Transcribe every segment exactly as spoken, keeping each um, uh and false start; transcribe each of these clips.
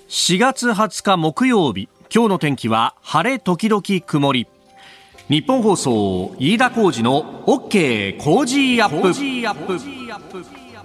しがつはつか木曜日、今日の天気は晴れ時々曇り。日本放送飯田浩司の OK 工事アップ。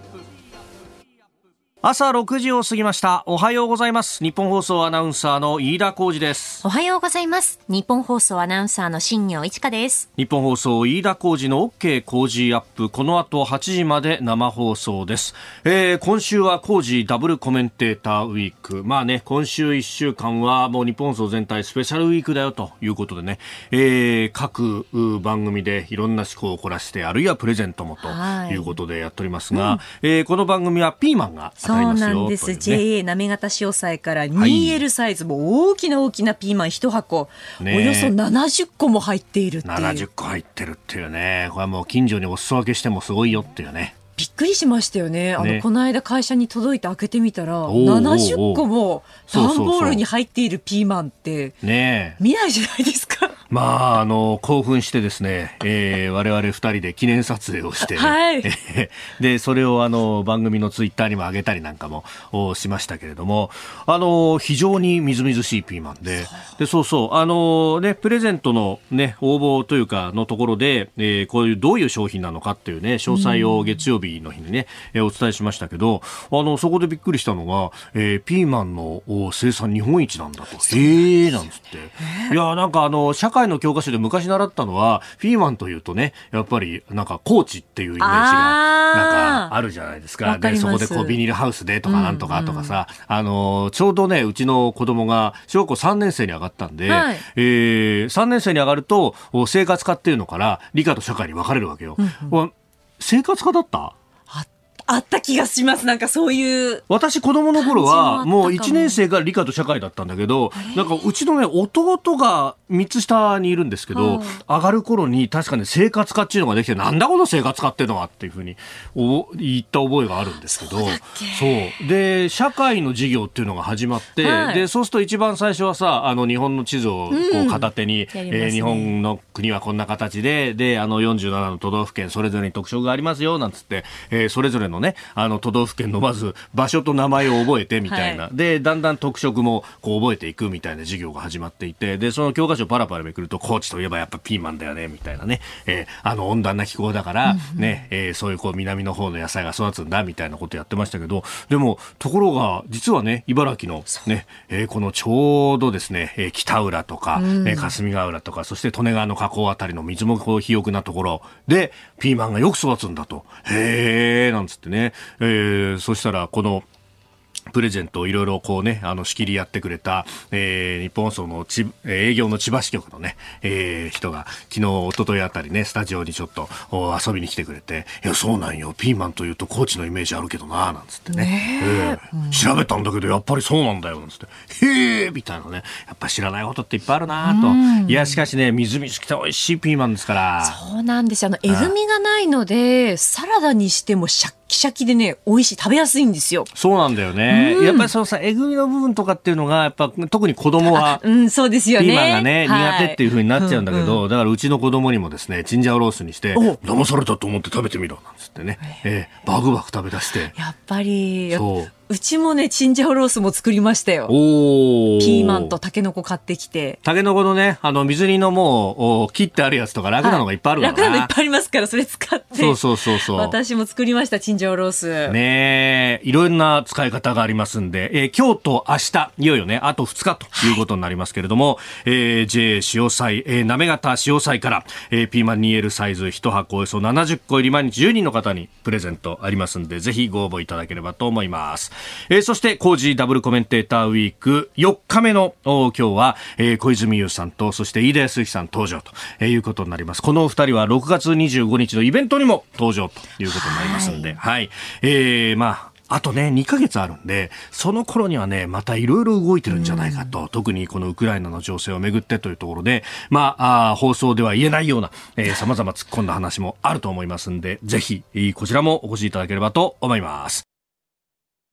朝ろくじを過ぎました。おはようございます。日本放送アナウンサーの飯田浩司です。 おはようございます。日本放送アナウンサーの新業一華です。 日本放送飯田浩司の OK 工事アップ、この後はちじまで生放送です。えー、今週は工事ダブルコメンテーターウィーク。まあね、今週いっしゅうかんはもう日本放送全体スペシャルウィークだよということでね、えー、各番組でいろんな思考を凝らして、あるいはプレゼントもということでやっておりますが、うん、えー、この番組はピーマンがそうなんです、ね、ジェーエー なめがた潮祭から ツーエル サイズも大きな大きなピーマンいち箱、ね、およそななじゅっこも入っているっていう。 ななじゅっこ入ってるっていうね。これはもう近所にお裾分けしてもすごいよっていうね。 びっくりしましたよ ね, あのねこの間会社に届いて開けてみたらななじゅっこも段ボールに入っているピーマンってね見ないじゃないですか。 まあ、あの興奮してですね、えー、我々ふたりで記念撮影をして、 はい、 でそれをあの番組のツイッターにも上げたりなんかもしましたけれども、あの非常にみずみずしいピーマンで、でそうそうあの、ね、プレゼントの、ね、応募というかのところで、えー、こういうどういう商品なのかっていうね詳細を月曜日の日にね、えー、お伝えしましたけど、あのそこでびっくりしたのが、えー、ピーマンの生産日本一なんだと。へーなんつって、いやなんかあの社会の教科書で昔習ったのはピーマンというとねやっぱりなんか高知っていうイメージがなんかあるじゃないですか。でそこでこうビニールハウスでとかなんとかとかさ、うんうん、あのちょうどねうちの子供が小学校さんねん生に上がったんで、はい、えー、さんねん生に上がると生活科っていうのから理科と社会に分かれるわけよ、うんうん、生活科だったあった気がします。なんかそういう私子供の頃はもういちねん生から理科と社会だったんだけど、なんかうちのね弟がみっつ下にいるんですけど、上がる頃に確かに生活科っていうのができて、なんだこの生活科っていうのはっていうふうに言った覚えがあるんですけど、そうそうで社会の授業っていうのが始まって、はい、でそうすると一番最初はさあの日本の地図をこう片手に、うんねえー、日本の国はこんな形でであのよんじゅうななの都道府県それぞれに特徴がありますよなんつって、えー、それぞれのねあの都道府県のまず場所と名前を覚えてみたいな、はい、でだんだん特色もこう覚えていくみたいな授業が始まっていて、でその教科書パラパラめくると高知といえばやっぱピーマンだよねみたいなね、えー、あの温暖な気候だからね、うんうん、えー、そういうこう南の方の野菜が育つんだみたいなことやってましたけど、でもところが実はね茨城のね、えー、このちょうどですね、えー、北浦とか、うんえー、霞ヶ浦とかそして利根川の河口あたりの水もこう肥沃なところでピーマンがよく育つんだと。へーなんつってね、えー、そしたらこのプレゼントをいろいろこうねあの仕切りやってくれた、えー、日本放送のち営業の千葉支局のね、えー、人が昨日一昨日あたりねスタジオにちょっと遊びに来てくれて、いやそうなんよピーマンというと高知のイメージあるけどななんつってね、ねえーうん、調べたんだけどやっぱりそうなんだよなんつってへーみたいなね、やっぱ知らないことっていっぱいあるなと、うん、いやしかしねみずみずしくて美味しいピーマンですから。 そうなんですよ。あのえぐみがないのでサラダにしてもシャッキシャキでね美味しい食べやすいんですよ。 そうなんだよね、うん、やっぱりそのさえぐみの部分とかっていうのがやっぱ特に子供は、 うん、そうですよね、 ピーマンがね、はい、苦手っていう風になっちゃうんだけど、うんうん、だからうちの子供にもですねチンジャオロースにして騙されたと思って食べてみろなんつってね、えー、バクバク食べ出してやっぱりそううちもねチンジャオロースも作りましたよ。 おピーマンとタケノコ買ってきて、 タケノコのねあの水煮のもう切ってあるやつとか楽なのがいっぱいあるからな、 はい、楽なのいっぱいありますからそれ使ってそうそうそうそう私も作りましたチンジャオロースね。いろんな使い方がありますんで、えー、今日と明日いよいよねあとふつかということになりますけれども、はい、えー、ジェー 潮祭、えー、なめがた潮祭から、えー、ピーマン ツーエル サイズいち箱およそななじゅっこ入り毎日じゅうにんの方にプレゼントありますんでぜひご応募いただければと思います。えー、そしてコージーダブルコメンテーターウィークよっかめの今日は、えー、小泉優さんとそして飯田康之さん登場と、えー、いうことになります。このお二人はろくがつにじゅうごにちのイベントにも登場ということになりますんで、はい、はい、えー、まああとねにかげつあるんでその頃にはねまたいろいろ動いてるんじゃないかと、うん、特にこのウクライナの情勢をめぐってというところで、まあ、あ放送では言えないような、えー、様々突っ込んだ話もあると思いますんでぜひこちらもお越しいただければと思います。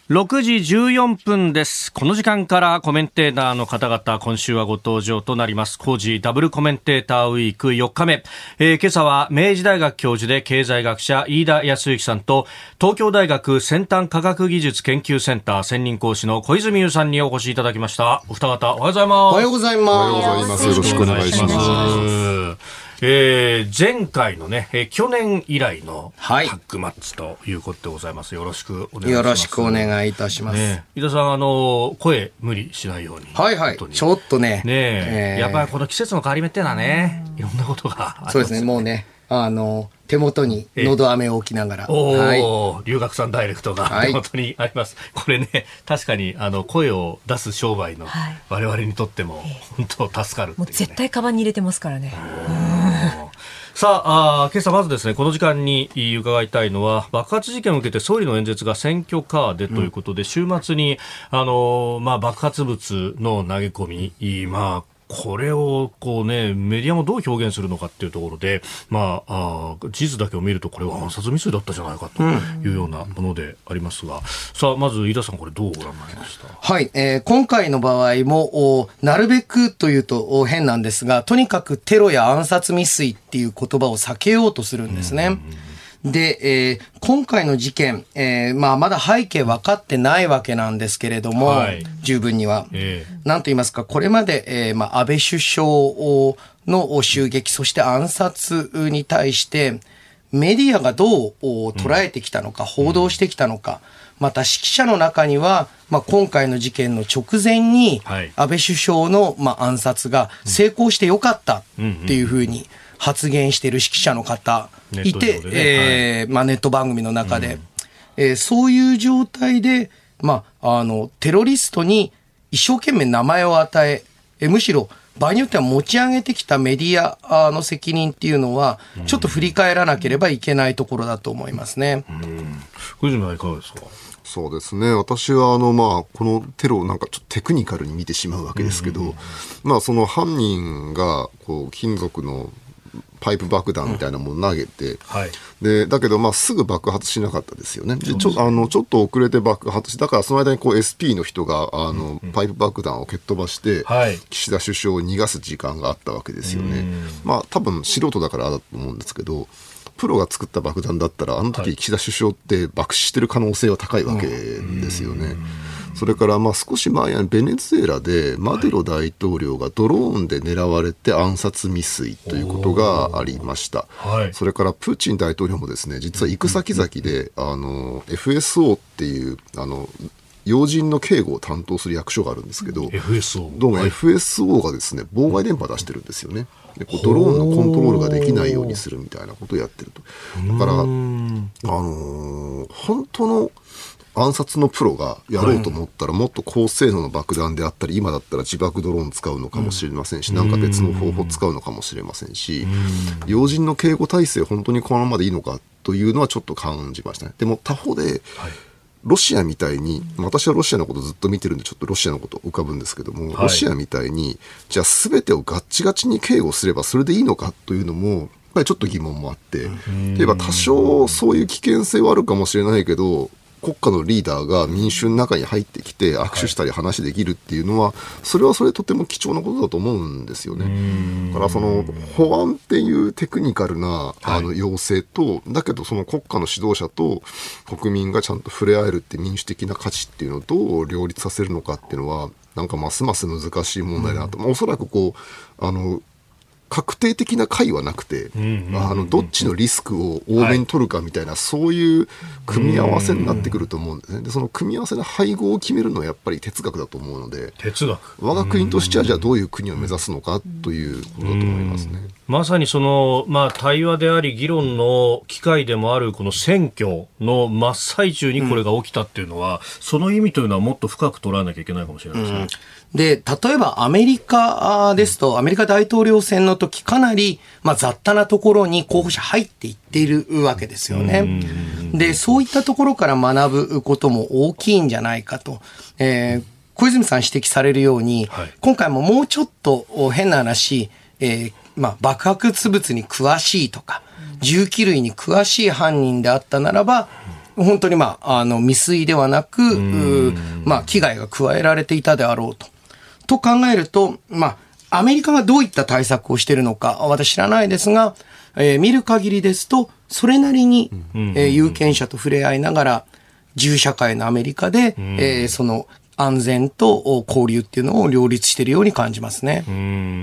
ろくじじゅうよんぷんです。この時間からコメンテーターの方々、今週はご登場となります。コージーダブルコメンテーターウィークよっかめ、えー、今朝は明治大学教授で経済学者飯田康之さんと、東京大学先端科学技術研究センター専任講師の小泉優さんにお越しいただきました。お二方おはようございます。 おはようございます。おはようございます。よろしくお願いします。 えー、前回のね、えー、去年以来のタッグマッチということでございます。よろしくお願いします。 よろしくお願いいたします。 ね、井田さん、あの声無理しないように。 はいはい。ちょっとね。 ねえ、えー、やっぱりこの季節の変わり目っていうのはね、いろんなことがありますね。 そうですね。もうね、あの手元にのど飴を置きながら、 おー、はい、留学さんダイレクトが手元にあります、はい、これね、確かにあの声を出す商売の我々にとっても本当助かるっていう、ね、 もう絶対カバンに入れてますからね。 さあ、あ今朝まずですね、この時間に伺いたいのは、爆発事件を受けて総理の演説が選挙カーでということで、うん、週末にあの、まあ、爆発物の投げ込み、まあこれをこうね、メディアもどう表現するのかっていうところで、まあ、あ地図だけを見るとこれは暗殺未遂だったじゃないかというようなものでありますが、うん、さあまず飯田さん、これどうご覧になりました？ はい、えー、今回の場合もなるべくというと変なんですが、とにかくテロや暗殺未遂っていう言葉を避けようとするんですね。うんうんで、えー、今回の事件、えーまあ、まだ背景分かってないわけなんですけれども、はい、十分には、えー、なんと言いますか、これまで、えーまあ、安倍首相の襲撃、そして暗殺に対してメディアがどう捉えてきたのか、うん、報道してきたのか、また指揮者の中には、まあ、今回の事件の直前に安倍首相の、まあ、暗殺が成功してよかったっていうふうに発言している指揮者の方いて、ねえーはいまあ、ネット番組の中で、うんえー、そういう状態で、まあ、あのテロリストに一生懸命名前を与え、えー、むしろ場合によっては持ち上げてきたメディアの責任っていうのはちょっと振り返らなければいけないところだと思いますね。 うん、小泉さんいかがですか？ そうですね、私はあの、まあ、このテロをなんかちょっとテクニカルに見てしまうわけですけど、うんうんまあ、その犯人がこう金属のパイプ爆弾みたいなものを投げて、うんはい、でだけどまあすぐ爆発しなかったですよね。でちょ、あのちょっと遅れて爆発し、だからその間にこう エスピー の人があの、うん、パイプ爆弾を蹴っ飛ばして、はい、岸田首相を逃がす時間があったわけですよね。まあ多分素人だからだと思うんですけど、プロが作った爆弾だったらあの時岸田首相って爆死してる可能性は高いわけですよね。はい、それからまあ少し前にベネズエラでマドゥロ大統領がドローンで狙われて暗殺未遂ということがありました。はい、それからプーチン大統領もですね、実は行く先々であの エフエスオー っていうあの要人の警護を担当する役所があるんですけど、 エフエスオーどうも エフエスオー がですね、妨害電波出してるんですよね。でこうドローンのコントロールができないようにするみたいなことをやってると。だから、あのー、本当の暗殺のプロがやろうと思ったらもっと高性能の爆弾であったり、今だったら自爆ドローン使うのかもしれませんし、なんか別の方法使うのかもしれませんし、要人の警護体制本当にこのままでいいのかというのはちょっと感じましたね。でも他方で、はいロシアみたいに、私はロシアのことずっと見てるんでちょっとロシアのこと浮かぶんですけども、はい、ロシアみたいにじゃあ全てをガッチガチに警護すればそれでいいのかというのもやっぱりちょっと疑問もあって、例えば多少そういう危険性はあるかもしれないけど国家のリーダーが民衆の中に入ってきて握手したり話できるっていうのは、はい、それはそれとても貴重なことだと思うんですよね。だからその保安っていうテクニカルなあの要請と、はい、だけどその国家の指導者と国民がちゃんと触れ合えるって民主的な価値っていうのをどう両立させるのかっていうのはなんかますます難しい問題だなと、まあ、おそらくこうあの確定的な解はなくて、あのどっちのリスクを多めに取るかみたいな、はい、そういう組み合わせになってくると思うんですね。でその組み合わせの配合を決めるのはやっぱり哲学だと思うので、 哲学我が国としてはじゃあどういう国を目指すのかということだと思いますね。 まさにその、まあ、対話であり議論の機会でもあるこの選挙の真っ最中にこれが起きたっていうのは、うん、その意味というのはもっと深く捉えなきゃいけないかもしれないですね。うんで、例えばアメリカですと、アメリカ大統領選の時かなり、まあ、雑多なところに候補者入っていっているわけですよね。で、そういったところから学ぶことも大きいんじゃないかと。えー、小泉さん指摘されるように、はい、今回ももうちょっと変な話、えー、まあ、爆発物に詳しいとか、銃器類に詳しい犯人であったならば、 本当に、まあ、あの未遂ではなく、まあ、危害が加えられていたであろうと。と考えると、まあ、アメリカがどういった対策をしているのか私知らないですが、えー、見る限りですとそれなりに、えー、有権者と触れ合いながら自由社会のアメリカで、えー、その安全と交流っていうのを両立しているように感じますね。 うん、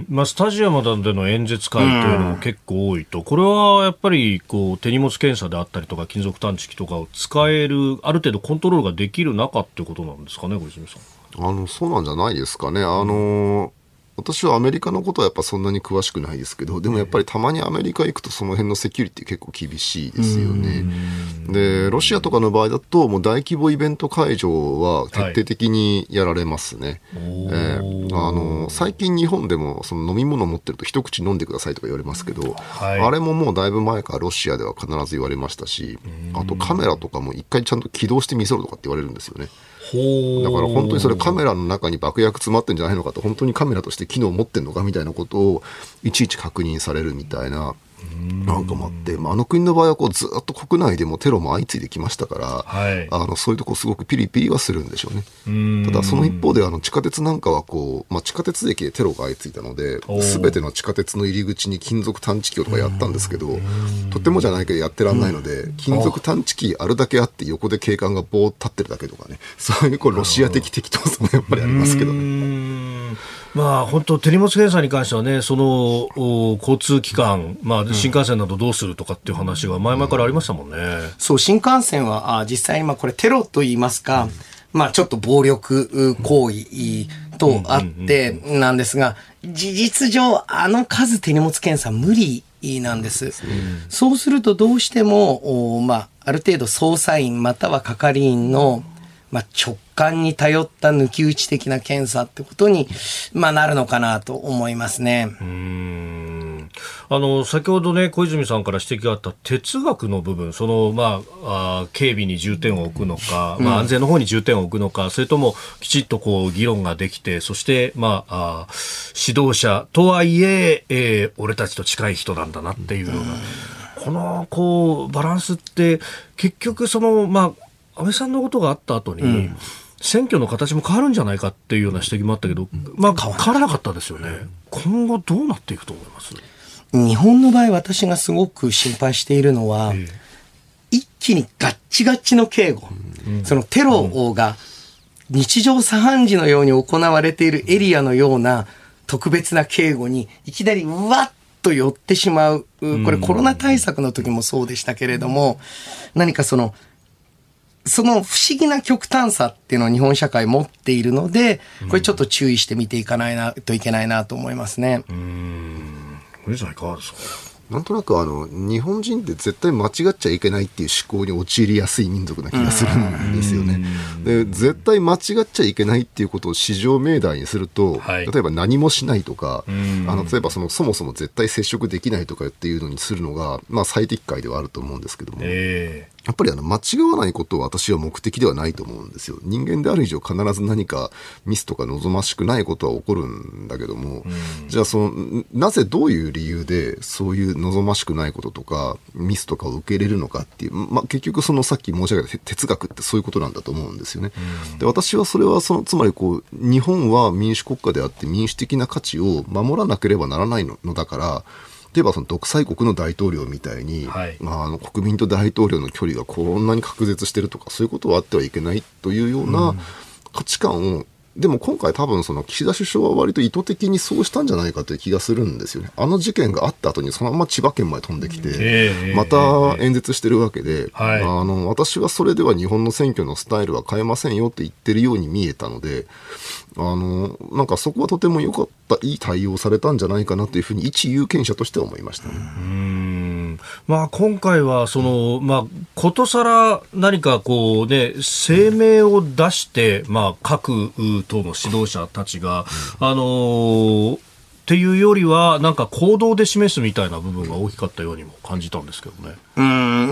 まあ、スタジアムでの演説会というのも結構多いと、これはやっぱりこう手荷物検査であったりとか金属探知機とかを使えるある程度コントロールができる中っていうことなんですかね、小泉さん。 あのそうなんじゃないですかね。あの私はアメリカのことはやっぱそんなに詳しくないですけど、でもやっぱりたまにアメリカ行くとその辺のセキュリティ結構厳しいですよね。でロシアとかの場合だともう大規模イベント会場は徹底的にやられますね。はい、えー、あの最近日本でもその飲み物持ってると一口飲んでくださいとか言われますけど、はい、あれももうだいぶ前からロシアでは必ず言われましたし、あとカメラとかも一回ちゃんと起動してみせろとかって言われるんですよね。だから本当にそれカメラの中に爆薬詰まってんじゃないのかと、本当にカメラとして機能を持ってんのかみたいなことをいちいち確認されるみたいななんかもあって、まあ、あの国の場合はこうずっと国内でもテロも相次いできましたから、はい、あのそういうとこすごくピリピリはするんでしょうね。うただその一方であの地下鉄なんかはこう、まあ、地下鉄駅でテロが相次いだので全ての地下鉄の入り口に金属探知機とかやったんですけど、とてもじゃないけどやってらんないので、金属探知機あるだけあって横で警官がぼーっと立ってるだけとかね、そういうこうロシア的適当さもやっぱりありますけどね。 まあ、本当手荷物検査に関してはね、その交通機関、まあ、新幹線などどうするとかっていう話が前々からありましたもんね。うん、 そう、新幹線はあ実際今これテロと言いますか、うん、まあちょっと暴力行為とあってなんですが、事実上あの数手荷物検査無理なんです。うん、そうするとどうしてもまあある程度捜査員または係員のまあ、直感に頼った抜き打ち的な検査ってことに、まあ、なるのかなと思いますね。 うーんあの先ほどね小泉さんから指摘があった哲学の部分、その、まあ、あ警備に重点を置くのか、まあ、安全の方に重点を置くのか、うん、それともきちっとこう議論ができて、そして、まあ、あ指導者とはいええー、俺たちと近い人なんだなっていうような、うん、このこうバランスって結局そのまあ安倍さんのことがあった後に、うん、選挙の形も変わるんじゃないかっていうような指摘もあったけど、まあ、変わらなかったですよね。今後どうなっていくと思います？ 日本の場合私がすごく心配しているのは、えー、一気にガッチガチの警護、うん、そのテロが日常茶飯事のように行われているエリアのような特別な警護にいきなりうわっと寄ってしまう。これコロナ対策の時もそうでしたけれども、何かそのその不思議な極端さっていうのを日本社会持っているので、これちょっと注意して見ていかないなといけないなと思いますね。 うーん、藤さんいかがですか？ なんとなくあの日本人って絶対間違っちゃいけないっていう思考に陥りやすい民族な気がするんですよね。で絶対間違っちゃいけないっていうことを至上命題にすると、はい、例えば何もしないとか、あの例えばそのそもそも絶対接触できないとかっていうのにするのが、まあ、最適解ではあると思うんですけども、えーやっぱりあの間違わないことは私は目的ではないと思うんですよ。人間である以上必ず何かミスとか望ましくないことは起こるんだけども、うん、じゃあそのなぜどういう理由でそういう望ましくないこととかミスとかを受け入れるのかっていう、まあ、結局そのさっき申し上げた哲学ってそういうことなんだと思うんですよね。うん、で私はそれはそのつまりこう日本は民主国家であって民主的な価値を守らなければならないのだから、例えばその独裁国の大統領みたいに、はい、まあ、あの国民と大統領の距離がこんなに隔絶してるとかそういうことはあってはいけないというような価値観を、でも今回多分その岸田首相は割と意図的にそうしたんじゃないかという気がするんですよね。あの事件があった後にそのまま千葉県まで飛んできてまた演説してるわけで、あの私はそれでは日本の選挙のスタイルは変えませんよって言ってるように見えたので、あのなんかそこはとても良かった、いい対応されたんじゃないかなというふうに一有権者としては思いましたね。 うーん、まあ、今回はその、まあ、ことさら何かこう、ね、声明を出して、まあ、各党の指導者たちが、うん、あのーっていうよりはなんか行動で示すみたいな部分が大きかったようにも感じたんですけどね。 うん、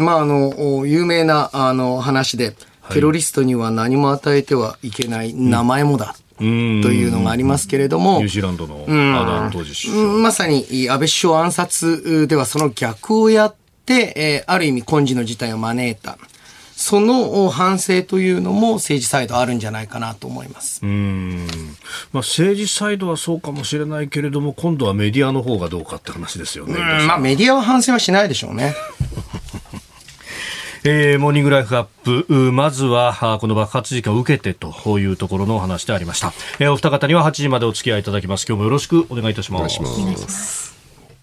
まあ、あの有名なあの話で、テロリストには何も与えてはいけない名前もだ、うん、というのがありますけれども、 ニュージーランドのアダン当時首相、 まさに安倍首相暗殺ではその逆をやって、えー、ある意味今時の事態を招いた。 その反省というのも政治サイドあるんじゃないかなと思います。 うーん、まあ、政治サイドはそうかもしれないけれども、今度はメディアの方がどうかって話ですよね。 うん、まあ、メディアは反省はしないでしょうね。 えー、モーニングライフアップ、まずはこの爆発事件を受けてというところのお話でありました。えー、お二方にははちじまでお付き合いいただきます。今日もよろしくお願いいたします。 お願いします。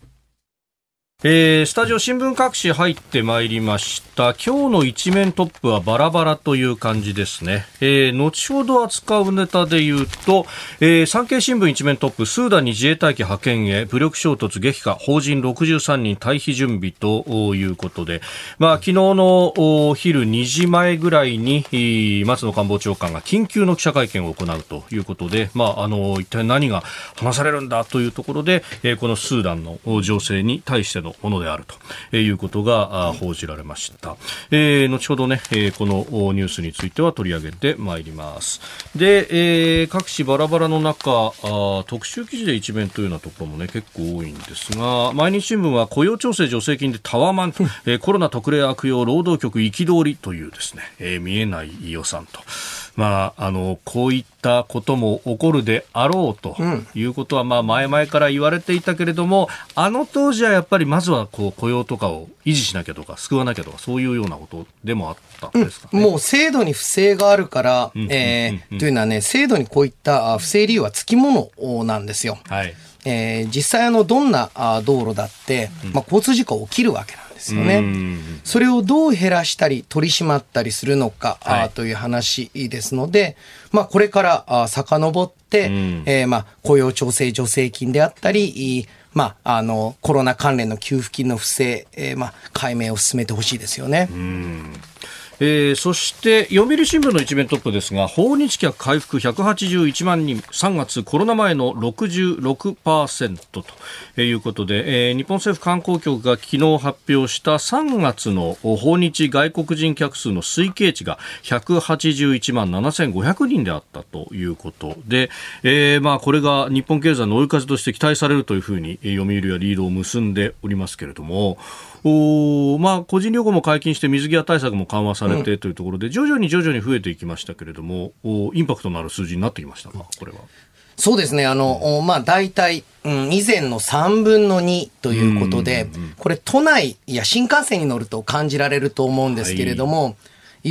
えー、スタジオ新聞各紙入ってまいりました。今日の一面トップはバラバラという感じですね。えー、後ほど扱うネタで言うと、えー、産経新聞一面トップ、スーダンに自衛隊機派遣へ武力衝突激化、邦人ろくじゅうさんにん退避準備ということで、まあ、昨日のお昼にじまえぐらいに松野官房長官が緊急の記者会見を行うということで、まあ、あの一体何が話されるんだというところで、えー、このスーダンの情勢に対してのものであるということが報じられました。えー、後ほどね、えー、このニュースについては取り上げてまいります。で、えー、各紙バラバラの中、あ特集記事で一面というようなところもね結構多いんですが、毎日新聞は雇用調整助成金でタワマン、えー、コロナ特例悪用労働局憤りというですね、えー、見えない予算と、まあ、あのこういったことも起こるであろうということは、まあ、前々から言われていたけれども、あの当時はやっぱりまずはこう雇用とかを維持しなきゃとか救わなきゃとか、そういうようなことでもあったんですかね。 うん、もう制度に不正があるから、うんえー、というのはね、制度にこういった不正理由はつきものなんですよ。はいえー、実際あのどんな道路だって、まあ、交通事故起きるわけなんですよね。それをどう減らしたり取り締まったりするのか、はい、という話ですので、まあ、これから遡って、えーまあ、雇用調整助成金であったり、まあ、あのコロナ関連の給付金の不正、えーまあ、解明を進めてほしいですよね。うんえー、そして読売新聞の一面トップですが、訪日客回復ひゃくはちじゅういちまんにん、さんがつコロナ前の ろくじゅうろくパーセント ということで、えー、日本政府観光局が昨日発表したさんがつの訪日外国人客数の推計値がひゃくはちじゅういちまんななせんごひゃくにんであったということで、えーまあ、これが日本経済の追い風として期待されるというふうに読売はリードを結んでおりますけれども、おまあ、個人旅行も解禁して水際対策も緩和されてというところで、うん、徐々に徐々に増えていきましたけれども、おインパクトのある数字になってきましたか、これは。 そうですね、あの、まあ、大体、うん、以前のさんぶんのにということで、うんうんうん、これ都内や新幹線に乗ると感じられると思うんですけれども、はい、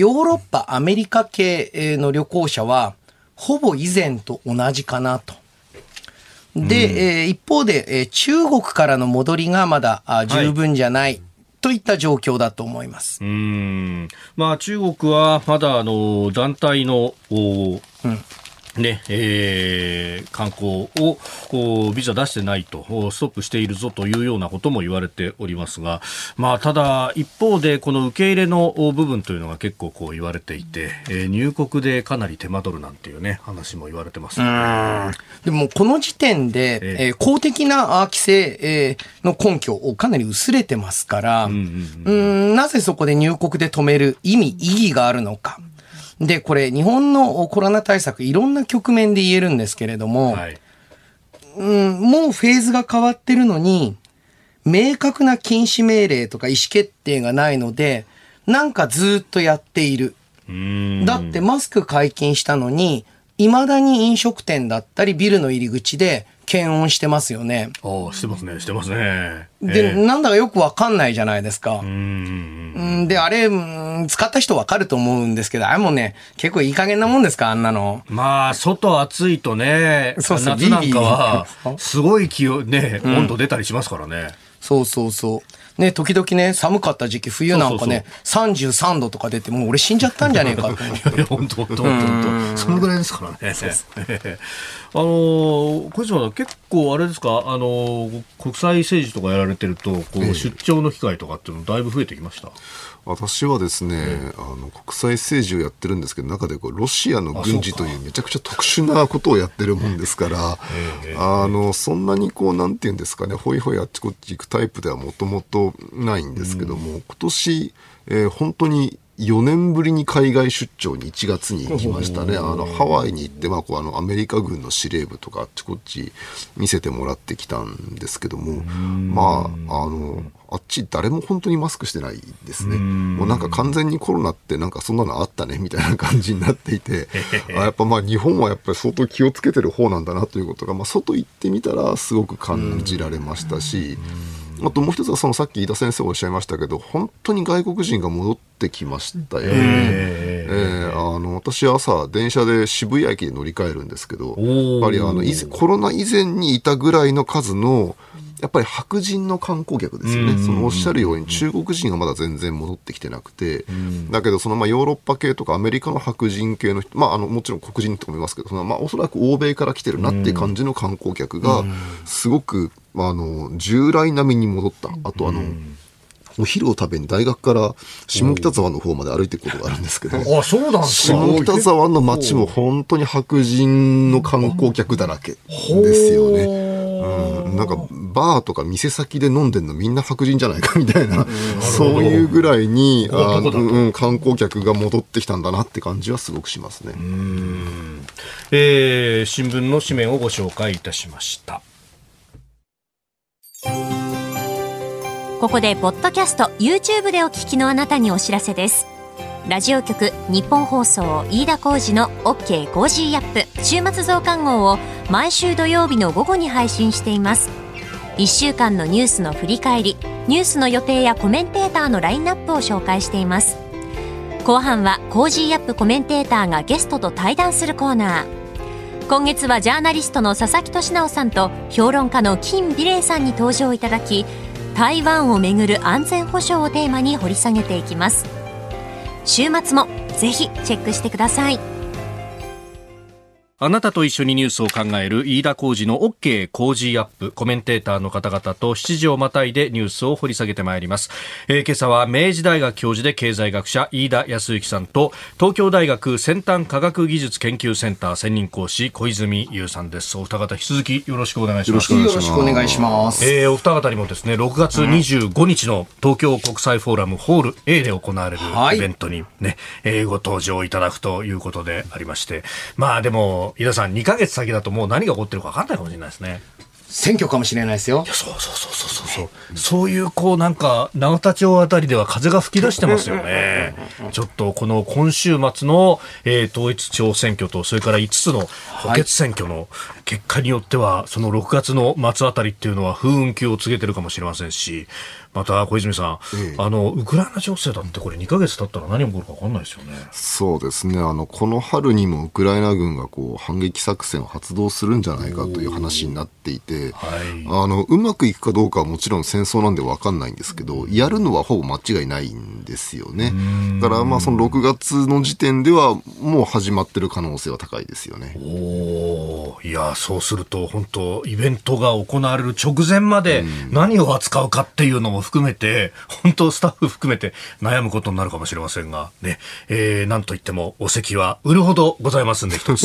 ヨーロッパアメリカ系の旅行者はほぼ以前と同じかなと。で、うんえー、一方で、えー、中国からの戻りがまだあ十分じゃない、はい、といった状況だと思います。 うーん、まあ、中国はまだあの団体の、うんねえー、観光をビザ出してないとストップしているぞというようなことも言われておりますが、まあ、ただ一方でこの受け入れの部分というのが結構こう言われていて、えー、入国でかなり手間取るなんていうね話も言われてます、ね、 うんでもこの時点で、えーえー、公的な規制の根拠をかなり薄れてますから、うんうんうん、うんなぜそこで入国で止める意味意義があるのか。で、これ、日本のコロナ対策、いろんな局面で言えるんですけれども、はいうん、もうフェーズが変わってるのに、明確な禁止命令とか意思決定がないので、なんかずっとやっている。うーんだってマスク解禁したのに、未だに飲食店だったりビルの入り口で検温してますよね。 ああ、してますね、してますね。 で、えー、なんだかよくわかんないじゃないですか。うーんで、あれ、使った人わかると思うんですけど、あれもね、結構いい加減なもんですか、あんなの。 まあ、外暑いとね、そうそう夏なんかは、すごい気温、ね、温度出たりしますからね。うん、 そうそうそう。ね、時々ね、寒かった時期、冬なんかね、そうそうそうさんじゅうさんどとか出て、もう俺死んじゃったんじゃねえかと思って。いやいや、 本当本当本当そのぐらいですからね。そうそうあのー、小泉さん、結構あれですか、あのー、国際政治とかやられてると、こう出張の機会とかっていうのだいぶ増えてきました？ 私はですね、えー、あの国際政治をやってるんですけど、中でこうロシアの軍事というめちゃくちゃ特殊なことをやってるもんですから、えー、あのそんなにこうなんていうんですかね、ほいほいあっちこっち行くタイプではもともとないんですけども、うん、今年、えー、本当によねんぶりに海外出張にいちがつに行きましたね。あのハワイに行って、まあ、こうあのアメリカ軍の司令部とかあっちこっち見せてもらってきたんですけども、まああのあっち誰も本当にマスクしてないですね。もうなんか完全にコロナってなんかそんなのあったねみたいな感じになっていてあやっぱまあ日本はやっぱり相当気をつけてる方なんだなということが、まあ、外行ってみたらすごく感じられましたし、あともう一つはそのさっき飯田先生おっしゃいましたけど、本当に外国人が戻ってきましたよね。えー、あの私は朝電車で渋谷駅で乗り換えるんですけど、やっぱりあの以前コロナ以前にいたぐらいの数のやっぱり白人の観光客ですよね。そのおっしゃるように中国人がまだ全然戻ってきてなくて、だけどそのまあヨーロッパ系とかアメリカの白人系の人、まあ、あのもちろん黒人ともいますけど、そのまあおそらく欧米から来てるなっていう感じの観光客がすごくあの従来並みに戻った。あとあのお昼を食べに大学から下北沢の方まで歩いていくことがあるんですけど、 あ、そうなんですか。 下北沢の街も本当に白人の観光客だらけですよね。うん、なんかバーとか店先で飲んでんのみんな白人じゃないかみたいな、そういうぐらいにあ、うん、観光客が戻ってきたんだなって感じはすごくしますね。 うーん、えー、新聞の紙面をご紹介いたしました。 ここでポッドキャスト YouTube でお聞きのあなたにお知らせです。ラジオ局日本放送飯田浩司の OK コージーアップ週末増刊号を毎週土曜日の午後に配信しています。いっしゅうかんのニュースの振り返り、ニュースの予定やコメンテーターのラインナップを紹介しています。後半はコージーアップコメンテーターがゲストと対談するコーナー。今月はジャーナリストの佐々木俊直さんと評論家の金美玲さんに登場いただき、台湾をめぐる安全保障をテーマに掘り下げていきます。週末もぜひチェックしてください。 あなたと一緒にニュースを考える飯田浩司の OK コージーアップ、コメンテーターの方々としちじをまたいでニュースを掘り下げてまいります。えー、今朝は明治大学教授で経済学者飯田康之さんと東京大学先端科学技術研究センター専任講師小泉悠さんです。お二方引き続きよろしくお願いします。 よろしくお願いします。 えー、お二方にもですねろくがつにじゅうごにちの東京国際フォーラムホール A で行われるイベントにね、はい、えー、ご登場いただくということでありまして、まあでも飯田さんにかげつ先だともう何が起こってるか分かんないかもしれないですね。 選挙かもしれないですよ。 いや、そうそうそうそうそう、ね、そういうこうなんか永田町あたりでは風が吹き出してますよね。ちょっとこの今週末の、えー、統一地方選挙とそれからいつつの補欠選挙の結果によっては、はい、そのろくがつの末あたりっていうのは風雲急を告げてるかもしれませんし、また小泉さん、ええ、あのウクライナ情勢だってこれにかげつ経ったら何が起こるか分かんないですよね。 そうですね。あのこの春にもウクライナ軍がこう反撃作戦を発動するんじゃないかという話になっていて、はい、あのうまくいくかどうかはもちろん戦争なんで分かんないんですけど、やるのはほぼ間違いないんですよね。だからまあそのろくがつの時点ではもう始まってる可能性は高いですよね。 おー、いやそうすると本当イベントが行われる直前まで何を扱うかっていうのも含めて本当スタッフ含めて悩むことになるかもしれませんがね、えー、なんといってもお席は売るほどございますんで一つ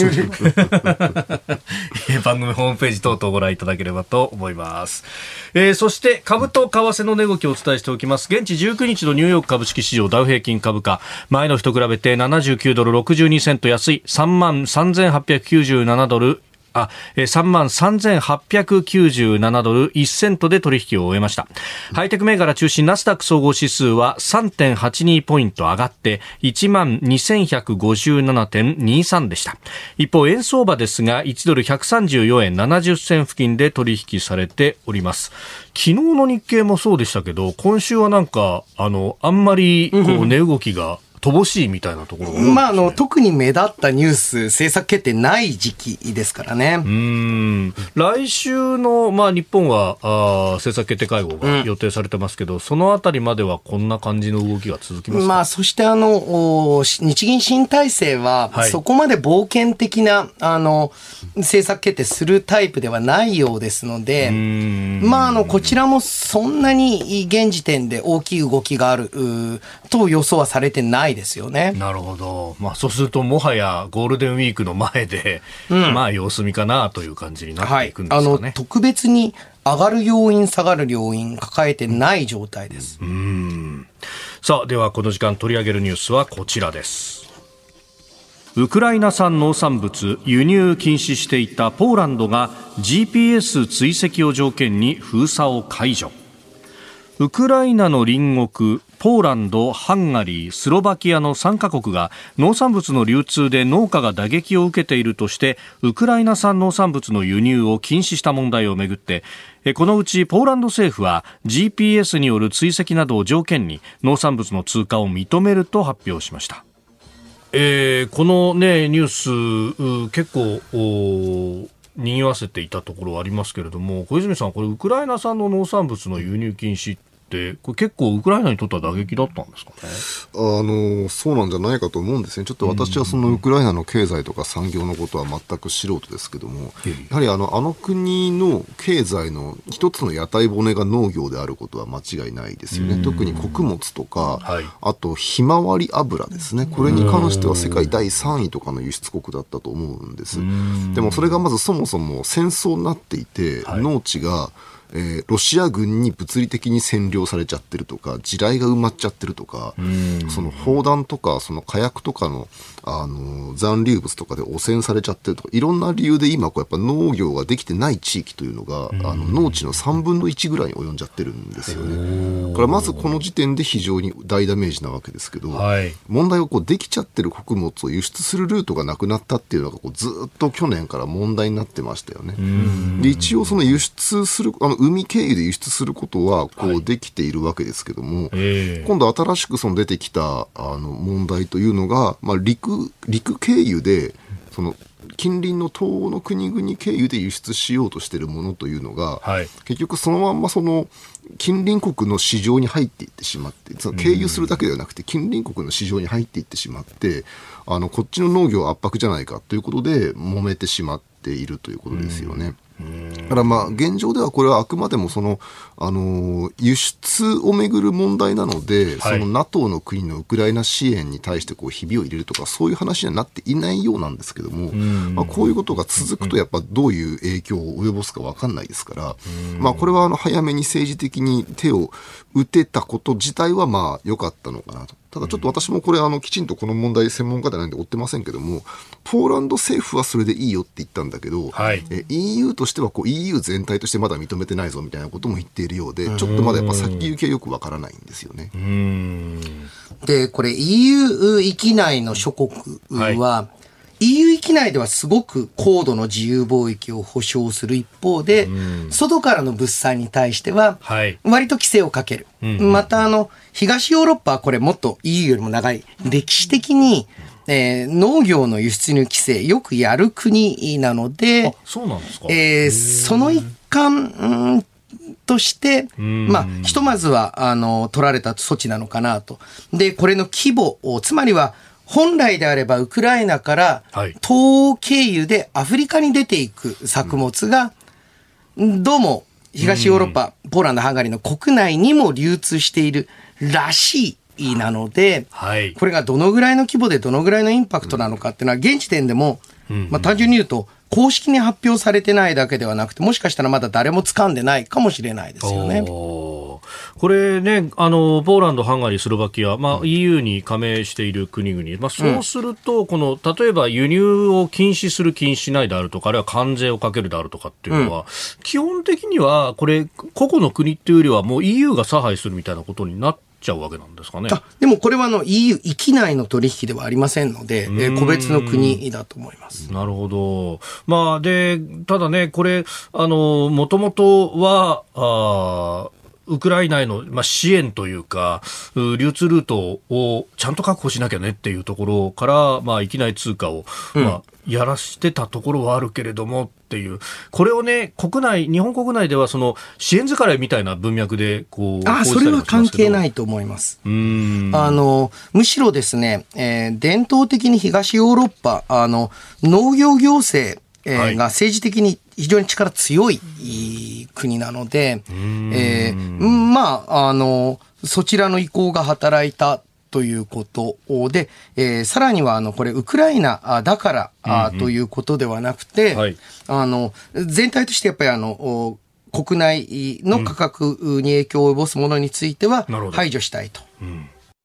番組ホームページ等々ご覧いただければと思います。えー、そして株と為替の値動きをお伝えしておきます。現地じゅうくにちのニューヨーク株式市場ダウ平均株価、前の日と比べてななじゅうきゅうドルろくじゅうにセント安い さんまんさんぜんはっぴゃくきゅうじゅうななドルあ、さんまんさんぜんはっぴゃくきゅうじゅうななドルいちセントで取引を終えました。ハイテク銘柄中心ナスダック総合指数は さんてんはちに ポイント上がって いちまんにせんひゃくごじゅうななてんにさん でした。一方円相場ですがいちドルひゃくさんじゅうよえんななじゅっせん付近で取引されております。昨日の日経もそうでしたけど、今週はなんかあのあんまりこう値動きが乏しいみたいなところが多いですね。 まあ、あの特に目立ったニュース政策決定ない時期ですからね。 うーん、来週の、まあ、日本はあ政策決定会合が予定されてますけど、うん、そのあたりまではこんな感じの動きが続きますか。 まあ、そしてあの日銀新体制は、はい、そこまで冒険的なあの政策決定するタイプではないようですので、まあ、あのこちらもそんなに現時点で大きい動きがあると予想はされてないですよね。 なるほど。まあ、そうするともはやゴールデンウィークの前で、うん、まあ様子見かなという感じになっていくんですかね。はい、あの特別に上がる要因下がる要因抱えてない状態です。 うーん、 さあ、ではこの時間取り上げるニュースはこちらです。ウクライナ産農産物輸入禁止していたポーランドが ジーピーエス 追跡を条件に封鎖を解除。ウクライナの隣国ポーランド、ハンガリー、スロバキアのさんカ国が農産物の流通で農家が打撃を受けているとしてウクライナ産農産物の輸入を禁止した問題をめぐって、このうちポーランド政府は ジーピーエス による追跡などを条件に農産物の通過を認めると発表しました。えー、この、ね、ニュース結構賑わせていたところはありますけれども、小泉さん、これウクライナ産の農産物の輸入禁止ってこれ結構ウクライナにとっては打撃だったんですかね。 あのそうなんじゃないかと思うんですね。ちょっと私はそのウクライナの経済とか産業のことは全く素人ですけども、やはりあのあの国の経済の一つの屋台骨が農業であることは間違いないですよね。特に穀物とか、はい、あとひまわり油ですね。これに関しては世界だいさんいとかの輸出国だったと思うんです。でもそれがまずそもそも戦争になっていて、はい、農地がえー、ロシア軍に物理的に占領されちゃってるとか、地雷が埋まっちゃってるとか、その砲弾とかその火薬とかの、あのー、残留物とかで汚染されちゃってるとか、いろんな理由で今こうやっぱ農業ができてない地域というのが、あの農地のさんぶんのいちぐらいに及んじゃってるんですよね。だからまずこの時点で非常に大ダメージなわけですけど、はい、問題はこうできちゃってる穀物を輸出するルートがなくなったっていうのがこうずっと去年から問題になってましたよね。で一応その輸出するあの海経由で輸出することはこうできているわけですけども、はいえー、今度新しくその出てきたあの問題というのが、まあ、陸, 陸経由でその近隣の東欧の国々経由で輸出しようとしているものというのが、はい、結局そのまんまその近隣国の市場に入っていってしまって、その経由するだけではなくて近隣国の市場に入っていってしまって、あのこっちの農業圧迫じゃないかということで揉めてしまっているということですよね。だからまあ現状ではこれはあくまでもその、あのー、輸出をめぐる問題なので、はい、その NATO の国のウクライナ支援に対してこうひびを入れるとかそういう話にはなっていないようなんですけども、まあ、こういうことが続くとやっぱどういう影響を及ぼすか分かんないですから、まあ、これはあの早めに政治的に手を打てたこと自体はまあ良かったのかなと。ただちょっと私もこれあのきちんとこの問題専門家ではないんで追ってませんけども、ポーランド政府はそれでいいよって言ったんだけど、はい、え イーユー としてはこう イーユー 全体としてまだ認めてないぞみたいなことも言っているようで、ちょっとまだやっぱ先行きはよくわからないんですよね。 うーんでこれ イーユー 域内の諸国は、はい、イーユー 域内ではすごく高度の自由貿易を保障する一方で、外からの物産に対しては割と規制をかける、はい、またあの東ヨーロッパはこれもっと イーユー よりも長い歴史的に、えー、農業の輸出入規制よくやる国なので、 あ、そうなんですか。 えー、その一環、うんとして、まあ、ひとまずはあの取られた措置なのかなと。でこれの規模を、つまりは本来であればウクライナから東欧経由でアフリカに出ていく作物がどうも東ヨーロッパ、ポーランド、ハンガリーの国内にも流通しているらしいなので、はい、これがどのぐらいの規模でどのぐらいのインパクトなのかっていうのは現時点でも、まあ、単純に言うと公式に発表されてないだけではなくて、もしかしたらまだ誰も掴んでないかもしれないですよね。 これね、あのポーランド、ハンガリー、スロバキア、まあ、イーユー に加盟している国々、まあ、そうすると、うん、この例えば輸入を禁止する、禁止しないであるとか、あるいは関税をかけるであるとかっていうのは、うん、基本的にはこれ個々の国っていうよりはもう イーユー が差配するみたいなことになってちゃうわけなんですかね。 あ、でもこれはあの イーユー 域内の取引ではありませんので、えー、個別の国だと思います。 なるほど。まあ、でただね、これあのもともとはあウクライナへの、まあ、支援というか流通ルートをちゃんと確保しなきゃねっていうところから、まあ、域内通貨を、うん、まあ、やらしてたところはあるけれどもっていう、これをね、国内日本国内ではその支援疲れみたいな文脈でこう、 あ、それは関係ないと思います。うーん、あのむしろですね、えー、伝統的に東ヨーロッパ、あの農業行政えーはい、が政治的に非常に力強い国なので、えー、まあ、あの、そちらの意向が働いたということで、えー、さらには、あの、これ、ウクライナだから、うんうん、ということではなくて、はい、あの、全体としてやっぱり、あの、国内の価格に影響を及ぼすものについては排除したいと。うんうん、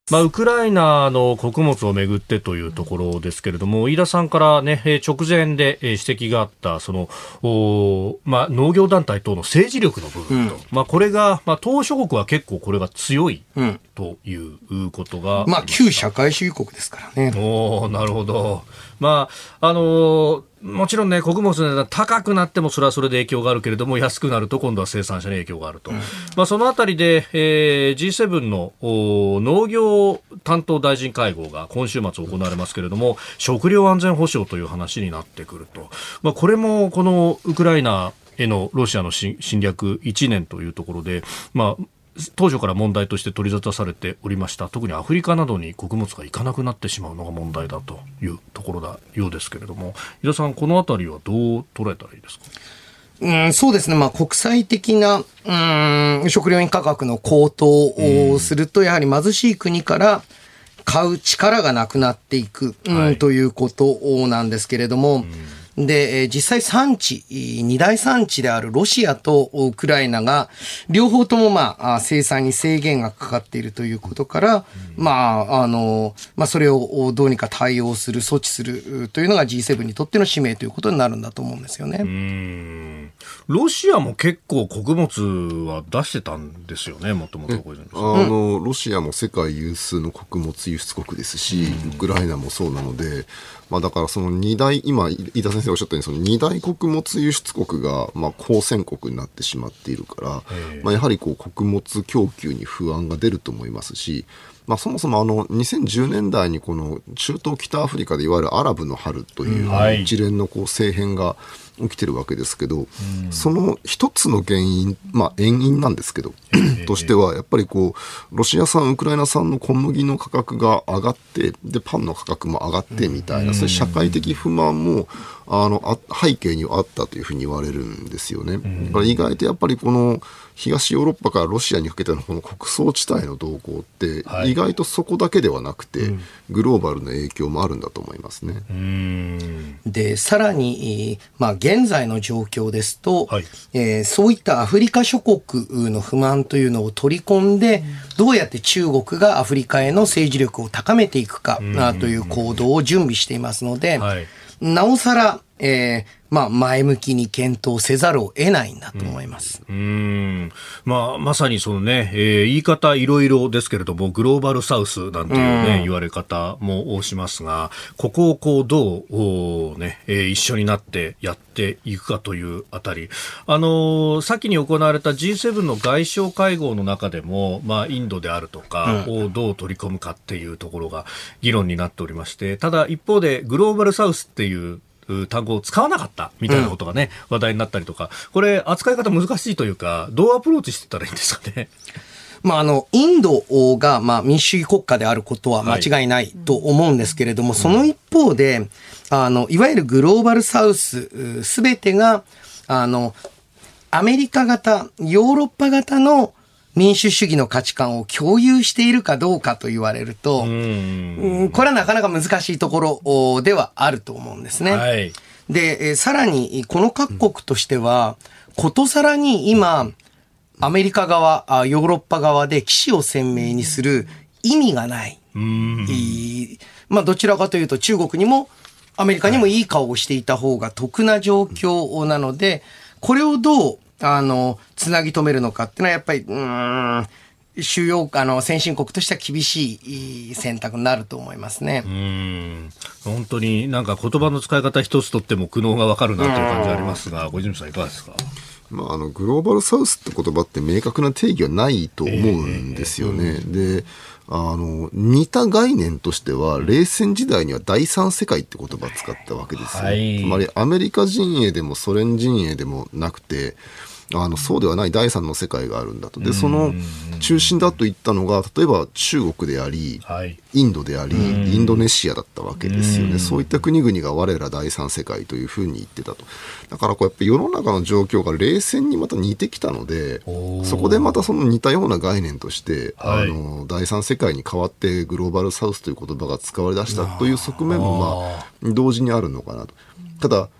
まあ、ウクライナの穀物をめぐってというところですけれども、飯田さんから、ね、直前で指摘があったそのお、まあ、農業団体等の政治力の部分と、うんまあ、これが、まあ、東諸国は結構これが強いということが、 うんまあ、旧社会主義国ですからね。 おなるほど、まああのーもちろんね、穀物の値段高くなってもそれはそれで影響があるけれども、安くなると今度は生産者に影響があると、うんまあ、そのあたりで、えー、ジーセブン の農業担当大臣会合が今週末行われますけれども、食料安全保障という話になってくると、まあ、これもこのウクライナへのロシアの侵略いちねんというところで、まあ当初から問題として取り沙汰されておりました。特にアフリカなどに穀物がいかなくなってしまうのが問題だというところだようですけれども、井田さん、このあたりはどう捉えたらいいですか？ うん、そうですね。まあ、国際的な、うん、食料品価格の高騰をすると、やはり貧しい国から買う力がなくなっていく、うんはい、ということなんですけれども、うんで、実際産地、二大産地であるロシアとウクライナが、両方ともまあ、生産に制限がかかっているということから、うん、まあ、あの、まあ、それをどうにか対応する、措置するというのが ジーセブン にとっての使命ということになるんだと思うんですよね。 うーんロシアも結構穀物は出してたんですよね、もともと。あの、ロシアも世界有数の穀物輸出国ですし、ウクライナもそうなので、まあ、だからその二大、今、飯田先生おっしゃったように、その二大穀物輸出国が、まあ、交戦国になってしまっているから、まあ、やはりこう、穀物供給に不安が出ると思いますし、まあ、そもそもあのにせんじゅうねんだいにこの中東北アフリカでいわゆるアラブの春という一連のこう政変が起きてるわけですけど、うん、その一つの原因、まあ遠因なんですけど、としてはやっぱりこうロシア産ウクライナ産の小麦の価格が上がってでパンの価格も上がってみたいな、うん、そういう社会的不満もあのあ背景にはあったというふうに言われるんですよね。うん、だから意外とやっぱりこの東ヨーロッパからロシアにかけてのこの穀倉地帯の動向って意外とそこだけではなくて、はい、グローバルな影響もあるんだと思いますね。 うーんでさらに、まあ、現在の状況ですと、はいえー、そういったアフリカ諸国の不満というのを取り込んで、どうやって中国がアフリカへの政治力を高めていくかという行動を準備していますので、はい、なおさら、えーまあ、前向きに検討せざるを得ないんだと思います。 うん、うーんまあ、まさにそのね、えー、言い方いろいろですけれども、グローバルサウスなんていうね、うん、言われ方もしますが、ここをこうどう、ねえー、一緒になってやっていくかというあたり、あのー、先に行われた ジーセブン の外相会合の中でも、まあ、インドであるとかをどう取り込むかっていうところが議論になっておりまして、ただ一方でグローバルサウスっていう単語を使わなかったみたいなことがね、うん、話題になったりとか、これ扱い方難しいというか、どうアプローチしてたらいいんですかね。 まあ、あの、インドが、まあ、民主主義国家であることは間違いないと思うんですけれども、はい、その一方で、あの、いわゆるグローバルサウス、すべてが、あの、アメリカ型、ヨーロッパ型の民主主義の価値観を共有しているかどうかと言われると、うんこれはなかなか難しいところではあると思うんですね。はい、で、さらにこの各国としては、ことさらに今、アメリカ側、ヨーロッパ側で旗手を鮮明にする意味がない。うんまあ、どちらかというと中国にもアメリカにもいい顔をしていた方が得な状況なので、これをどうあの、つなぎ止めるのかっていうのはやっぱり、うーん、主要、あの、先進国としては厳しい選択になると思いますね。 うーん、本当になんか言葉の使い方一つとっても苦悩がわかるなという感じがありますが、小泉さんいかがですか？ まあ、あのグローバルサウスって言葉って明確な定義はないと思うんですよね。えーえー、であの似た概念としては冷戦時代には第三世界って言葉を使ったわけですよ、はい、つまりアメリカ陣営でもソ連陣営でもなくてあのそうではない第三の世界があるんだと。でその中心だと言ったのが例えば中国であり、はい、インドでありインドネシアだったわけですよね。そういった国々が我ら第三世界というふうに言ってたと。だからこうやっぱ世の中の状況が冷戦にまた似てきたのでそこでまたその似たような概念として、はい、あの第三世界に代わってグローバルサウスという言葉が使われ出したという側面もまあ同時にあるのかなと。ただ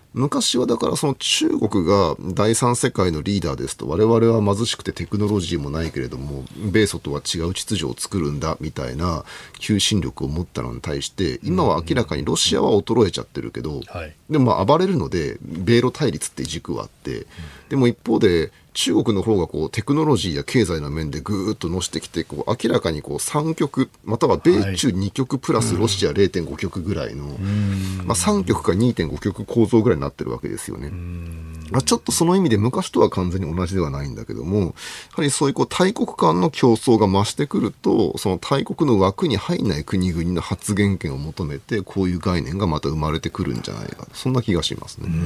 昔はだからその中国が第三世界のリーダーですと、我々は貧しくてテクノロジーもないけれども米ソとは違う秩序を作るんだみたいな求心力を持ったのに対して、今は明らかにロシアは衰えちゃってるけど、はい、でもまあ暴れるので米ロ対立って軸はあって、でも一方で中国の方がこうテクノロジーや経済の面でぐーっと乗してきて、こう明らかにこうさん極または米中に極プラスロシア れいてんご 極ぐらいの、まあ、さん極か にてんご 極構造ぐらいになってるわけですよね。まあ、ちょっとその意味で昔とは完全に同じではないんだけども、やはりそういうこう大国間の競争が増してくると、その大国の枠に入らない国々の発言権を求めて、こういう概念がまた生まれてくるんじゃないか、そんな気がしますね。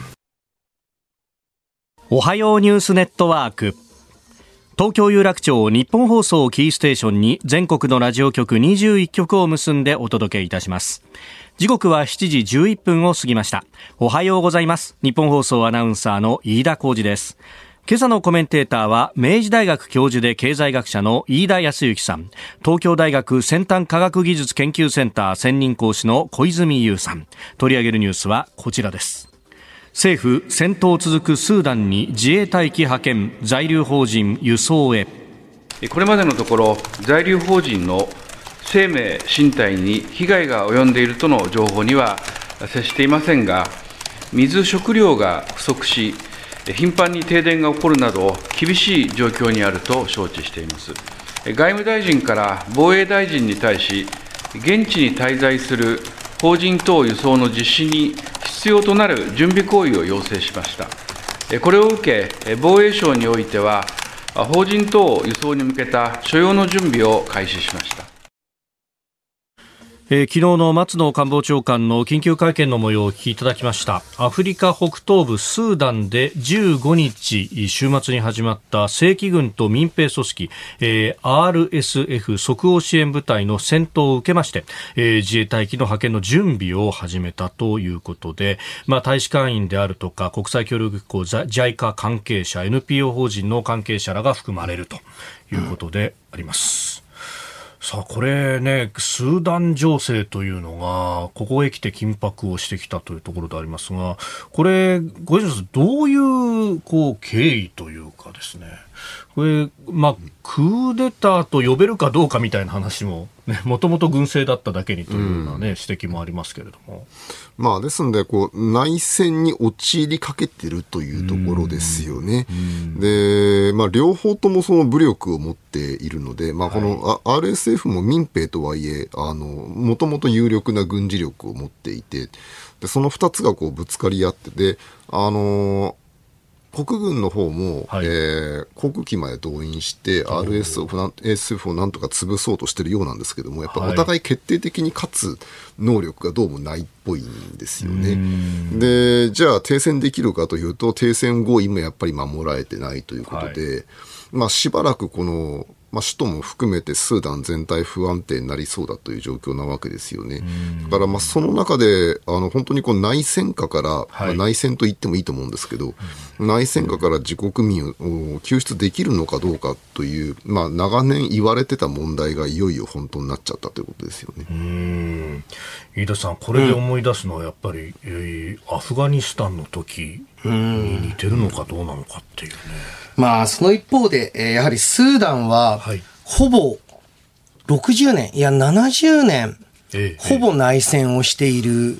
おはようニュースネットワーク、東京有楽町日本放送キーステーションに全国のラジオ局にじゅういっきょくを結んでお届けいたします。時刻はしちじじゅういっぷんを過ぎました。おはようございます。日本放送アナウンサーの飯田浩司です。今朝のコメンテーターは明治大学教授で経済学者の飯田康之さん、東京大学先端科学技術研究センター専任講師の小泉悠さん。取り上げるニュースはこちらです。政府、戦闘続くスーダンに自衛隊機派遣、在留邦人輸送へ。 これまでのところ、在留邦人の生命、身体に被害が及んでいるとの情報には接していませんが、水、食料が不足し、頻繁に停電が起こるなど、厳しい状況にあると承知しています。外務大臣から防衛大臣に対し、現地に滞在する邦人等輸送の実施に必要となる準備行為を要請しました。これを受け、防衛省においては、邦人等輸送に向けた所要の準備を開始しました。 えー、昨日の松野官房長官の緊急会見の模様をお聞きいただきました。アフリカ北東部スーダンでじゅうごにち週末に始まった正規軍と民兵組織、えー、アールエスエフ 即応支援部隊の戦闘を受けまして、えー、自衛隊機の派遣の準備を始めたということで、まあ、大使館員であるとか国際協力機構 ジャイカ 関係者 エヌピーオー 法人の関係者らが含まれるということであります。さあこれね、スーダン情勢というのがここへ来て緊迫をしてきたというところでありますが、これご存知ですどういうこう経緯というかですね、これまあクーデターと呼べるかどうかみたいな話もね、もともと軍政だっただけにというような、ね、うん、指摘もありますけれども、 まあ、ですのでこう内戦に陥りかけてるというところですよね。で、まあ、両方ともその武力を持っているので、まあ、この、はい、アールエスエフ も民兵とはいえもともと有力な軍事力を持っていて、でそのふたつがこうぶつかり合ってで、あのー国軍の方も、はい、えー、航空機まで動員して アールエスエフ をなんとか潰そうとしているようなんですけども、やっぱりお互い決定的に勝つ能力がどうもないっぽいんですよね。で、じゃあ停戦できるかというと、停戦合意もやっぱり守られてないということで、はい、まあ、しばらくこのまあ、首都も含めてスーダン全体不安定になりそうだという状況なわけですよね。だからまあその中であの本当にこう内戦下から、はい、まあ、内戦と言ってもいいと思うんですけど、内戦下から自国民を救出できるのかどうかという、まあ、長年言われてた問題がいよいよ本当になっちゃったということですよね。 うーん、飯田さん、これで思い出すのはやっぱり、うん、えー、アフガニスタンの時に似てるのかどうなのかっていうね。 まあ、その一方で、えー、やはりスーダンは、はい、ほぼろくじゅうねん、いやななじゅうねん、ええ、ほぼ内戦をしている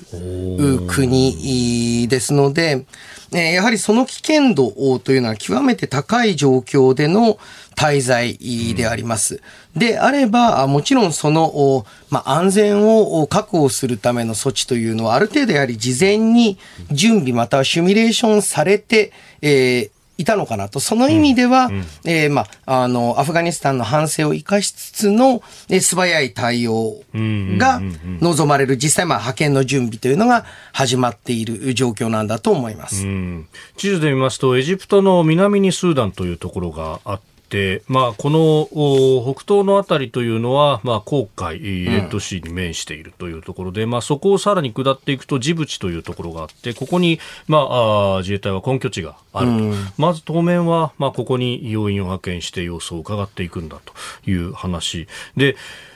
国ですので、えー、やはりその危険度というのは極めて高い状況での滞在であります。うん、であれば、もちろんその、まあ、安全を確保するための措置というのは、ある程度やはり事前に準備またはシミュレーションされて、えーいたのかなと。その意味では、うんうん、えー、まあ、あの、アフガニスタンの反省を生かしつつの、えー、素早い対応が望まれる、実際、まあ、派遣の準備というのが始まっている状況なんだと思います。 うん、地図で見ますと、エジプトの南にスーダンというところがあって、でまあ、この北東のあたりというのは、まあ、紅海レッドシーに面しているというところで、うん、まあ、そこをさらに下っていくとジブチというところがあって、ここに、まあ、あ自衛隊は根拠地があると、うん、まず当面は、まあ、ここに要員を派遣して様子を伺っていくんだという話で、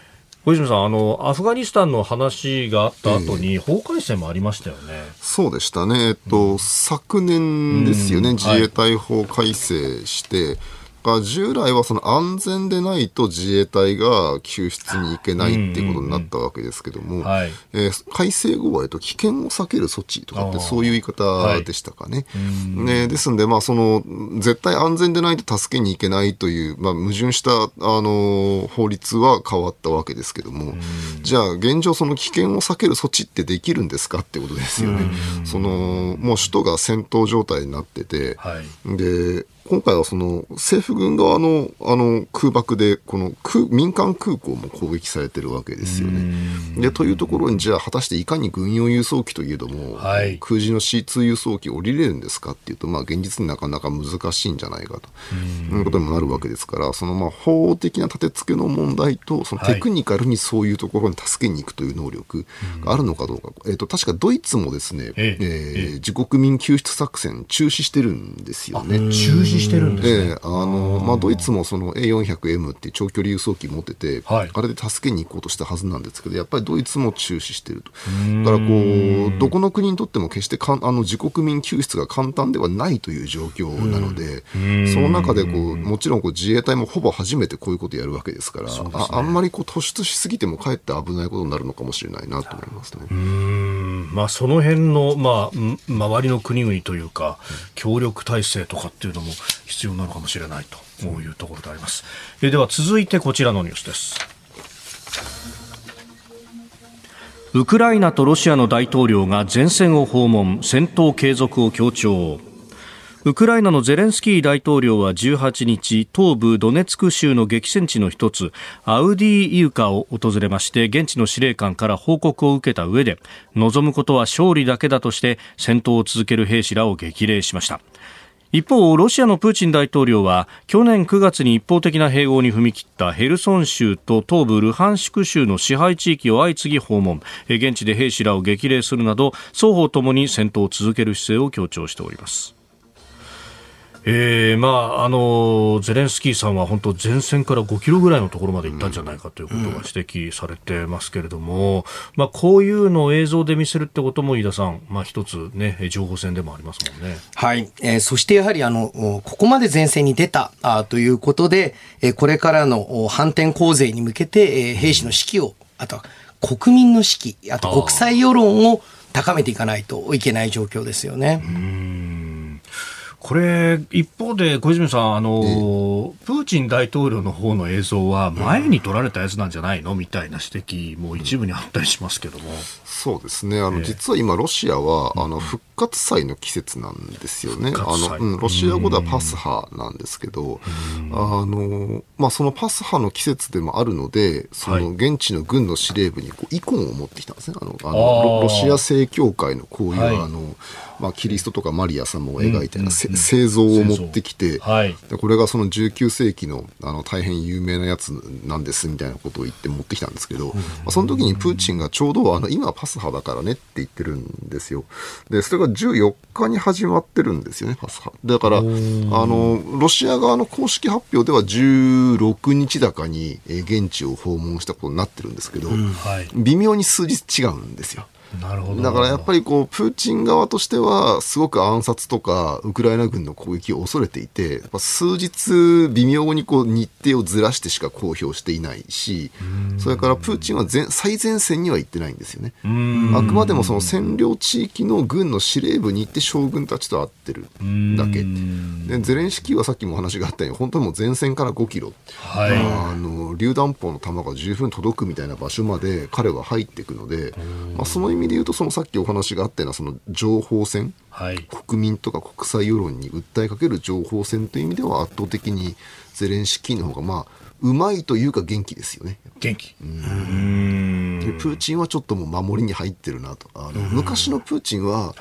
小泉さん、あのアフガニスタンの話があった後に法改正もありましたよね。 えー、そうでしたね、えっとうん、昨年ですよね、うん、自衛隊法改正して、はい、従来はその安全でないと自衛隊が救出に行けないっていうことになったわけですけども、はい、えー、改正後は、えっと、危険を避ける措置とかってそういう言い方でしたかね。はい、ね、ですので、まあ、その絶対安全でないと助けに行けないという、まあ、矛盾したあの法律は変わったわけですけども、じゃあ現状その危険を避ける措置ってできるんですかってことですよね。そのもう首都が戦闘状態になってて、はい、で今回はその政府軍側のあの空爆でこの空民間空港も攻撃されてるわけですよね。でというところにじゃあ果たしていかに軍用輸送機といえども、はい、空自の シーツー 輸送機を降りれるんですかっていうと、まあ、現実になかなか難しいんじゃないかということにもなるわけですから、そのまあ法的な立て付けの問題とそのテクニカルにそういうところに助けに行くという能力があるのかどうか、えー、と確かドイツもですね、ええー、自国民救出作戦中止してるんですよね。 中止してるんですね。 えーあのまあ、ドイツもその エーよんひゃくエム っていう長距離輸送機持ってて、はい、あれで助けに行こうとしたはずなんですけど、やっぱりドイツも中止していると。だからこうどこの国にとっても決してかんあの自国民救出が簡単ではないという状況なので、その中でこうもちろんこう自衛隊もほぼ初めてこういうことをやるわけですから、ね、あ, あんまりこう突出しすぎてもかえって危ないことになるのかもしれないなと思いますね。 うーん、まあ、その辺の、まあ、周りの国々というか協力体制とかっていうのも必要なのかもしれないというところであります。えでは続いてこちらのニュースです。ウクライナとロシアの大統領が前線を訪問、戦闘継続を強調。ウクライナのゼレンスキー大統領はじゅうはちにち、東部ドネツク州の激戦地の一つアウディイウカを訪れまして、現地の司令官から報告を受けた上で、望むことは勝利だけだとして戦闘を続ける兵士らを激励しました。一方、ロシアのプーチン大統領は去年くがつに一方的な併合に踏み切ったヘルソン州と東部ルハンシク州の支配地域を相次ぎ訪問、現地で兵士らを激励するなど双方ともに戦闘を続ける姿勢を強調しております。えーまあ、あのゼレンスキーさんは本当前線からごキロぐらいのところまで行ったんじゃないかということが指摘されてますけれども、うんまあ、こういうのを映像で見せるってことも飯田さん、まあ、一つ、ね、情報戦でもありますもんね。 はい、えー、そしてやはりあのここまで前線に出たあということで、えー、これからの反転攻勢に向けて、えー、兵士の士気を、あとは国民の士気、あと国際世論を高めていかないといけない状況ですよね。 うーん、これ一方で小泉さん、あの、えー、プーチン大統領の方の映像は前に撮られたやつなんじゃないのみたいな指摘も一部にあったりしますけども、 そうですね、あの、えー、実は今ロシアはあの復活祭の季節なんですよね。あの、うん、ロシア語ではパスハなんですけど、あの、まあ、そのパスハの季節でもあるので、その現地の軍の司令部にこうイコンを持ってきたんですね。あのあの ロ, ロシア正教会のこういう、はい、あのまあ、キリストとかマリア様を描いたような聖像を持ってきて、はい、でこれがそのじゅうきゅうせいき の, あの大変有名なやつなんですみたいなことを言って持ってきたんですけど、まあ、その時にプーチンがちょうどあの今はパスハだからねって言ってるんですよ。でそれがじゅうよっかに始まってるんですよね、パスハだから。あのロシア側の公式発表ではじゅうろくにち高に現地を訪問したことになってるんですけど、うんはい、微妙に数日違うんですよ。 なるほど。 だからやっぱりこうプーチン側としてはすごく暗殺とかウクライナ軍の攻撃を恐れていて、やっぱ数日微妙にこう日程をずらしてしか公表していないし、それからプーチンは前最前線には行ってないんですよね。あくまでもその占領地域の軍の司令部に行って将軍たちと会ってるだけで、ゼレンスキーはさっきも話があったように本当にもう前線からごキロ、はい、あの榴弾砲の弾が十分届くみたいな場所まで彼は入っていくので、まあ、その意味で言うとそのさっきお話があったようなその情報戦、はい、国民とか国際世論に訴えかける情報戦という意味では圧倒的にゼレンスキーの方がまあうまいというか元気ですよね。 元気。 うんうんでプーチンはちょっともう守りに入ってるなと。あの昔のプーチンは、はい、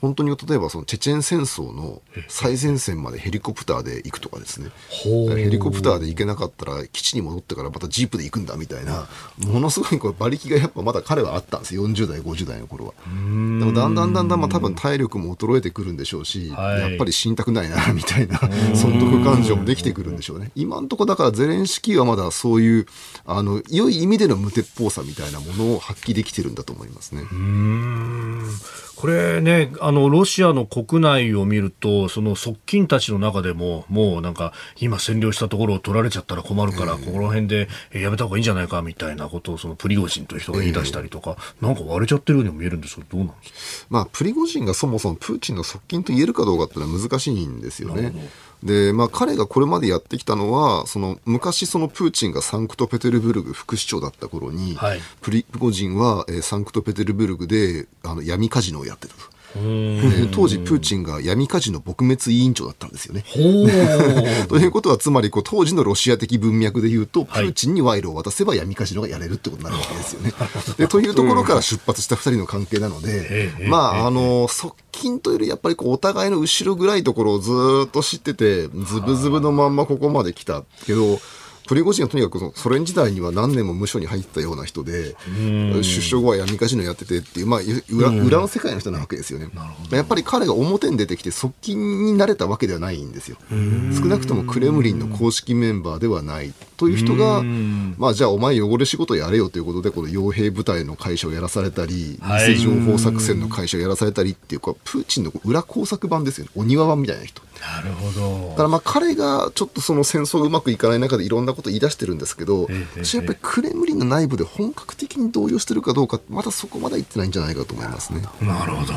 本当に例えばそのチェチェン戦争の最前線までヘリコプターで行くとかですね、ヘリコプターで行けなかったら基地に戻ってからまたジープで行くんだみたいな、ものすごいこう馬力がやっぱまだ彼はあったんですよ、よんじゅう代ごじゅう代の頃は。でもだんだんだんだんまあ多分体力も衰えてくるんでしょうし、はい、やっぱり死にたくないなみたいな損得感情もできてくるんでしょうね。今のところだからゼレンスキーはまだそういうあの良い意味での無鉄砲さみたいなものを発揮できてるんだと思いますね。 うーん、これね、あのロシアの国内を見るとその側近たちの中でももうなんか今占領したところを取られちゃったら困るから、えー、この辺でやめた方がいいんじゃないかみたいなことをそのプリゴジンという人が言い出したりとか、えー、なんか割れちゃってるようにも見えるんですけど、どうなんですか。 まあ、プリゴジンがそもそもプーチンの側近と言えるかどうかっていうのは難しいんですよね。で、まあ、彼がこれまでやってきたのはその昔そのプーチンがサンクトペテルブルグ副市長だった頃に、はい、プリゴジンは、えー、サンクトペテルブルグであの闇カジノをやってたと。で当時プーチンが闇カジノ撲滅委員長だったんですよね。ということはつまりこう当時のロシア的文脈でいうと、プーチンに賄賂を渡せば闇カジノがやれるってことになるわけですよね。でというところから出発したふたりの関係なので、まああの側近というよりやっぱりこうお互いの後ろぐらいところをずっと知っててズブズブのまんまここまで来たけど、プリゴジンはとにかくソ連時代には何年も無所に入ったような人で、出所後は闇カジノやっててっていう、まあ、裏, 裏の世界の人なわけですよね。やっぱり彼が表に出てきて側近になれたわけではないんですよ。少なくともクレムリンの公式メンバーではないという人が、まあ、じゃあお前汚れ仕事やれよということでこの傭兵部隊の会社をやらされたり、偽情報作戦の会社をやらされたりっていうか、プーチンの裏工作版ですよね。お庭版みたいな人。 なるほど。 だからまあ彼がちょっとその戦争がうまくいかない中でいろんなことを言い出してるんですけど、私はやっぱりクレムリンの内部で本格的に動揺してるかどうかまだそこまで言ってないんじゃないかと思いますね。 なるほど。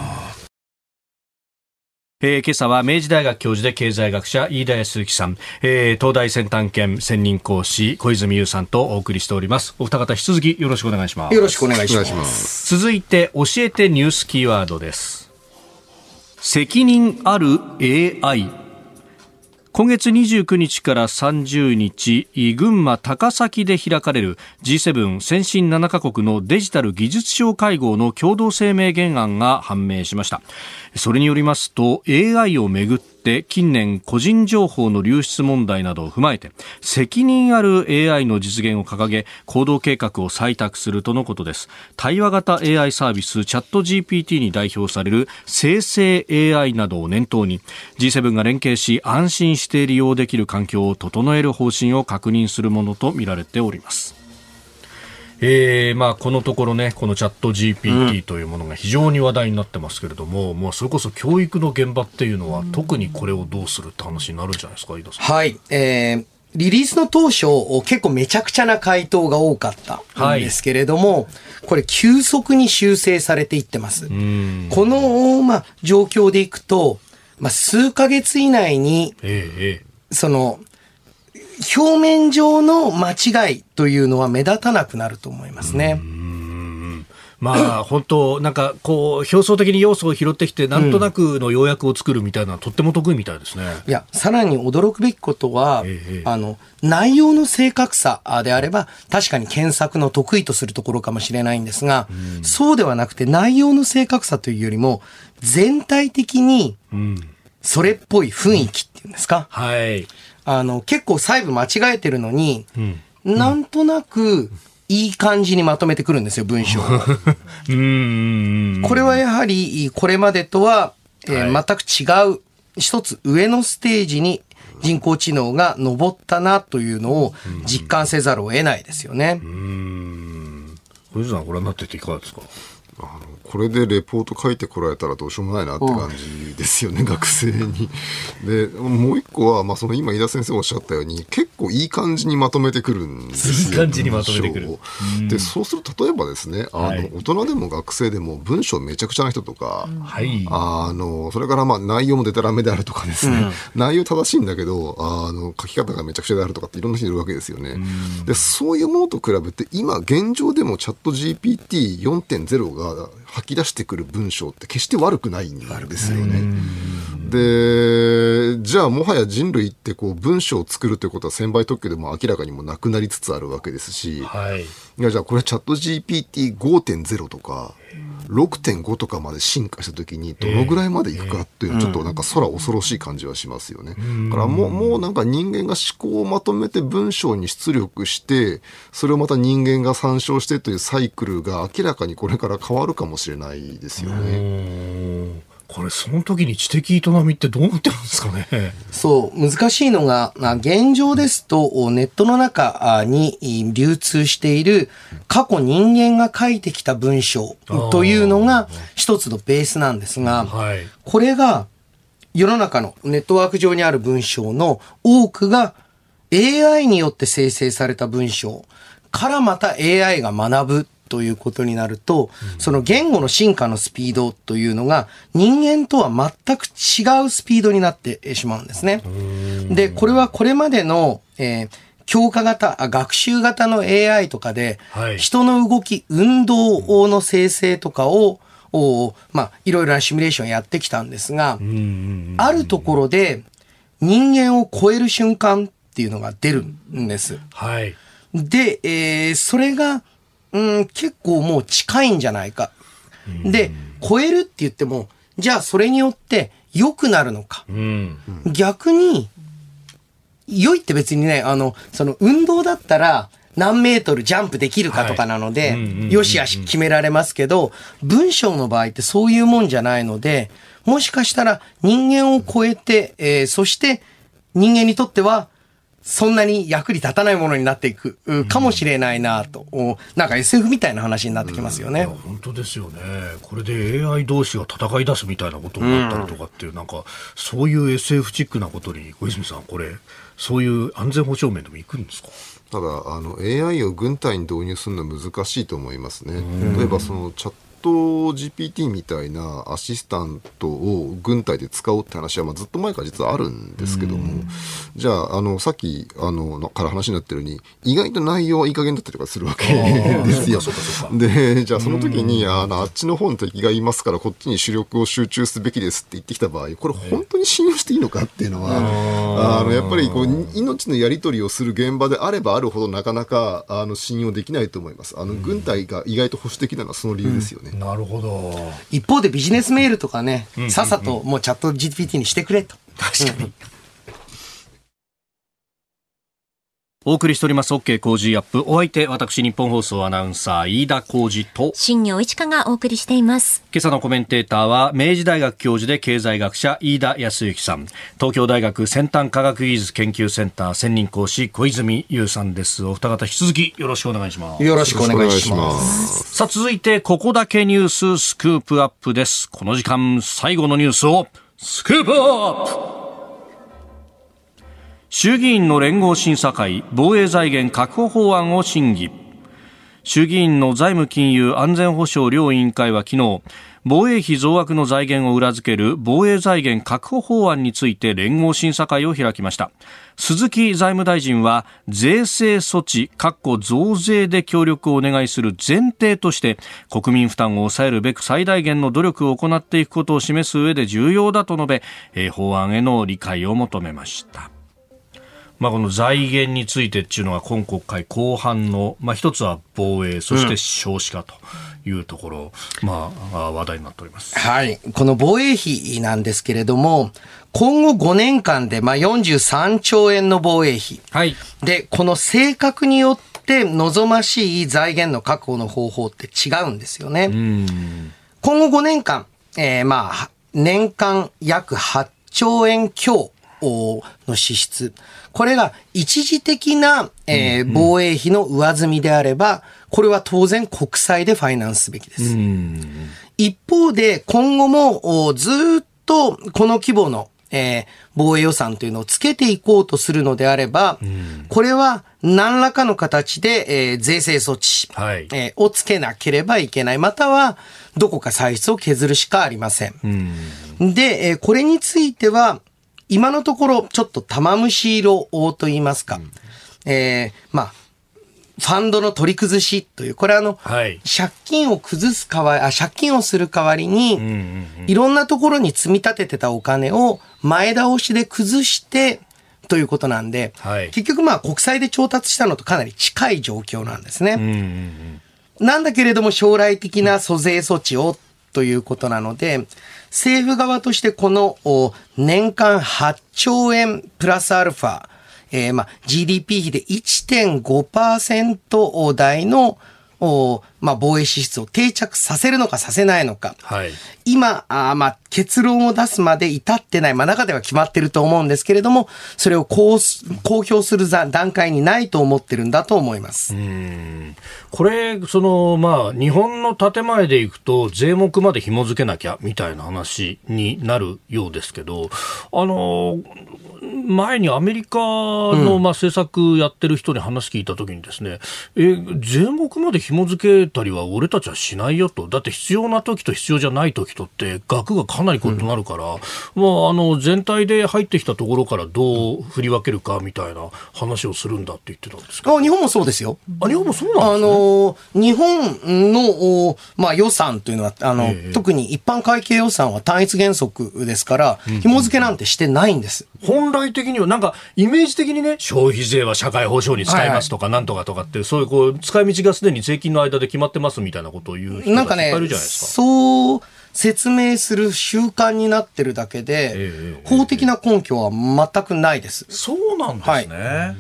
えー、今朝は明治大学教授で経済学者飯田康之さん、えー、東大先端研専任講師小泉悠さんとお送りしております。お二方引き続きよろしくお願いします。 よろしくお願いします。 続いて教えてニュースキーワードです。責任ある エーアイ。今月にじゅうくにちからさんじゅうにち、群馬高崎で開かれる ジーセブン 先進ななカ国のデジタル技術相会合の共同声明原案が判明しました。それによりますと エーアイ をめぐって近年個人情報の流出問題などを踏まえて責任ある エーアイ の実現を掲げ行動計画を採択するとのことです。対話型 エーアイ サービスチャット ジーピーティー に代表される生成 エーアイ などを念頭に ジーセブン が連携し安心して利用できる環境を整える方針を確認するものとみられております。えーまあ、このところね、このチャット ジーピーティー というものが非常に話題になってますけれども、うん、もうそれこそ教育の現場っていうのは、うん、特にこれをどうするって話になるんじゃないですか、飯田さん。 はい、えー、リリースの当初結構めちゃくちゃな回答が多かったんですけれども、はい、これ急速に修正されていってます。うん、この、まあ、状況でいくと、まあ、数ヶ月以内に、えー、その表面上の間違いというのは目立たなくなると思いますね。 うーん、まあ本当なんかこう表層的に要素を拾ってきてなんとなくの要約を作るみたいなのはとっても得意みたいですね。 いや、さらに驚くべきことは、ええ、あの内容の正確さであれば確かに検索の得意とするところかもしれないんですが、うん、そうではなくて内容の正確さというよりも全体的にそれっぽい雰囲気っていうんですか、 うん、はい、 あの結構細部間違えてるのに、うんうん、なんとなくいい感じにまとめてくるんですよ、文章を。うーん、これはやはりこれまでとは、えーはい、全く違う一つ上のステージに人工知能が上ったなというのを実感せざるを得ないですよね。 うーん、小泉さんご覧になってていかがですか。 あのこれでレポート書いてこられたらどうしようもないなって感じですよね、学生に。でもう一個は、まあ、その今井田先生おっしゃったように結構いい感じにまとめてくるんですよ。 いい感じにまとめてくる。 でそうすると例えばですね、あの、はい、大人でも学生でも文章めちゃくちゃな人とか、はい、あのそれからまあ内容もデタラメであるとかですね、うん、内容正しいんだけどあの書き方がめちゃくちゃであるとかっていろんな人いるわけですよね。でそういうものと比べて今現状でもチャット ジーピーティーよんてんゼロ が吐き出してくる文章って決して悪くないんですよね。でで、じゃあもはや人類ってこう文章を作るということは専売特許でも明らかにもなくなりつつあるわけですし、はい、いやじゃあこれチャット ジーピーティーごてんゼロ とか ろくてんご とかまで進化したときにどのぐらいまでいくかっていうのはちょっとなんか空恐ろしい感じはしますよね。だからもう、もうなんか人間が思考をまとめて文章に出力してそれをまた人間が参照してというサイクルが明らかにこれから変わるかもしれないですよね。 これその時に知的営みってどうなってるんですかね。 そう難しいのが現状ですとネットの中に流通している過去人間が書いてきた文章というのが一つのベースなんですが、はい、これが世の中のネットワーク上にある文章の多くが エーアイ によって生成された文章からまた エーアイ が学ぶということになると、その言語の進化のスピードというのが人間とは全く違うスピードになってしまうんですね。で、これはこれまでの、えー、強化型、学習型の エーアイ とかで、はい、人の動き、運動の生成とかを、おまあ、いろいろなシミュレーションやってきたんですが、あるところで人間を超える瞬間っていうのが出るんです。はい、で、えー、それがうん、結構もう近いんじゃないか。で、超えるって言っても、じゃあそれによって良くなるのか。うん、逆に、良いって別にね、あの、その運動だったら何メートルジャンプできるかとかなので、よしあし決められますけど、文章の場合ってそういうもんじゃないので、もしかしたら人間を超えて、えー、そして人間にとっては、そんなに役に立たないものになっていくかもしれないなと、なんか エスエフ みたいな話になってきますよね。 うん、本当ですよね。これで エーアイ 同士が戦い出すみたいなことになったりとかっていう、うん、なんかそういう エスエフ チックなことに小泉さんこれそういう安全保障面でもいくんですか。 ただあの エーアイ を軍隊に導入するのは難しいと思いますね。例えばそのチャットチャット ジーピーティー みたいなアシスタントを軍隊で使おうって話はまあずっと前から実はあるんですけども、じゃあ、あのさっきあのから話になってるように意外と内容はいい加減だったりとかするわけですよ。でじゃあその時にあのあっちの方に敵がいますからこっちに主力を集中すべきですって言ってきた場合、これ本当に信用していいのかっていうのはあのやっぱりこう命のやり取りをする現場であればあるほどなかなかあの信用できないと思います。あの軍隊が意外と保守的なのはその理由ですよね。 なるほど。 一方でビジネスメールとかね、うんうんうん、さっさともうチャット ジーピーティー にしてくれと。 確かに。お送りしております OK 工事アップ。お相手私日本放送アナウンサー飯田浩司と新業一華がお送りしています。 今朝のコメンテーターは明治大学教授で経済学者飯田康之さん、東京大学先端科学技術研究センター専任講師小泉悠さんです。お二方引き続きよろしくお願いします。 よろしくお願いします。 さあ続いてここだけニューススクープアップです。この時間最後のニュースをスクープアップ。衆議院の連合審査会防衛財源確保法案を審議。衆議院の財務金融安全保障両委員会は昨日、防衛費増額の財源を裏付ける防衛財源確保法案について連合審査会を開きました。鈴木財務大臣は税制措置増税で協力をお願いする前提として国民負担を抑えるべく最大限の努力を行っていくことを示す上で重要だと述べ、法案への理解を求めました。まあ、この財源についてっていうのが今国会後半の、まあ、一つは防衛、そして少子化というところ、うん、まあ、話題になっております。 はい。この防衛費なんですけれども、今後ごねんかんで、まあ、よんじゅうさんちょうえんの防衛費。はい。で、この性格によって望ましい財源の確保の方法って違うんですよね。うん。今後ごねんかん、えー、まあ、年間約はっちょうえん強の支出。これが一時的な、えー、防衛費の上積みであれば、これは当然国債でファイナンスすべきです。一方で今後もずっとこの規模の、えー、防衛予算というのをつけていこうとするのであれば、これは何らかの形で、えー、税制措置、はいえー、をつけなければいけない。またはどこか歳出を削るしかありません。で、えー、これについては今のところちょっと玉虫色と言いますか、うん、えー、まあファンドの取り崩しという、これあの、はい、借金を崩す代わり、あ、借金をする代わりに、うんうんうん、いろんなところに積み立ててたお金を前倒しで崩して、ということなんで、はい、結局まあ国債で調達したのとかなり近い状況なんですね。うんうんうん、なんだけれども将来的な租税措置をということなので、政府側としてこの年間はっちょうえんプラスアルファ、えー、まあ ジーディーピー 比で いってんごパーセント 台のまあ、防衛支出を定着させるのかさせないのか。はい、今、あまあ、結論を出すまで至ってない。まあ、中では決まってると思うんですけれども、それをこう公表する段階にないと思ってるんだと思います。 うーん、これ、その、まあ、日本の建前でいくと、税目まで紐付けなきゃ、みたいな話になるようですけど、あの、前にアメリカのまあ政策やってる人に話聞いたときにですね、うん、え税目まで紐付けたりは俺たちはしないよと。だって必要な時と必要じゃない時とって額がかなり異なるから、うん、まあ、あの全体で入ってきたところからどう振り分けるかみたいな話をするんだって言ってたんですか。 あ、日本もそうですよ。 あ、日本もそうなんですね。 あの日本の、まあ、予算というのはあの、えー、特に一般会計予算は単一原則ですから、うん、紐付けなんてしてないんです。 本来的にはなんかイメージ的にね、消費税は社会保障に使いますとかなんとかとかって、そういうこう使い道がすでに税金の間で決まってますみたいなことを言う人がいっぱいいるじゃないですか。 そう説明する習慣になってるだけで、えー、法的な根拠は全くないです。 そうなんですね。はい、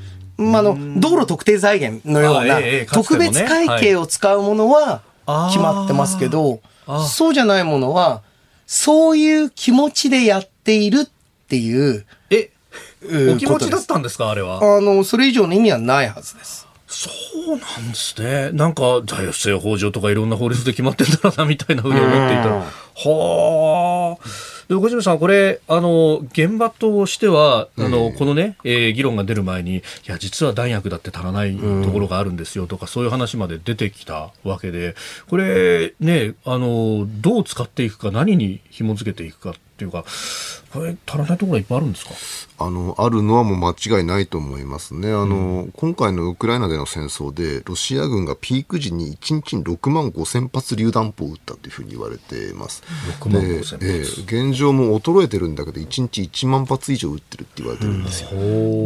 まあ、あの道路特定財源のような、えーね、特別会計を使うものは決まってますけど、はい、そうじゃないものはそういう気持ちでやっているっていうえお気持ちだったんですか、あれは。 あのそれ以上の意味はないはずです。 そうなんですね。なんか財政法上とかいろんな法律で決まってんだろうなみたいなふうに思っていたら、はあ。で小島さん、これあの現場としてはあの、うん、このね、えー、議論が出る前に、いや実は弾薬だって足らないところがあるんですよとか、うん、そういう話まで出てきたわけで、これね、あのどう使っていくか、何に紐付けていくかっていうか、これ足らないところがいっぱいあるんですか。 あのあるのはもう間違いないと思いますね。あの、うん、今回のウクライナでの戦争でロシア軍がピーク時にいちにちにろくまんごせんぱつ榴弾砲を撃ったというふうに言われています。 ろくまんごせんぱつ、えー、現状も衰えてるんだけどいちにちいちまんぱつ以上撃ってるって言われてるんですよ。うん、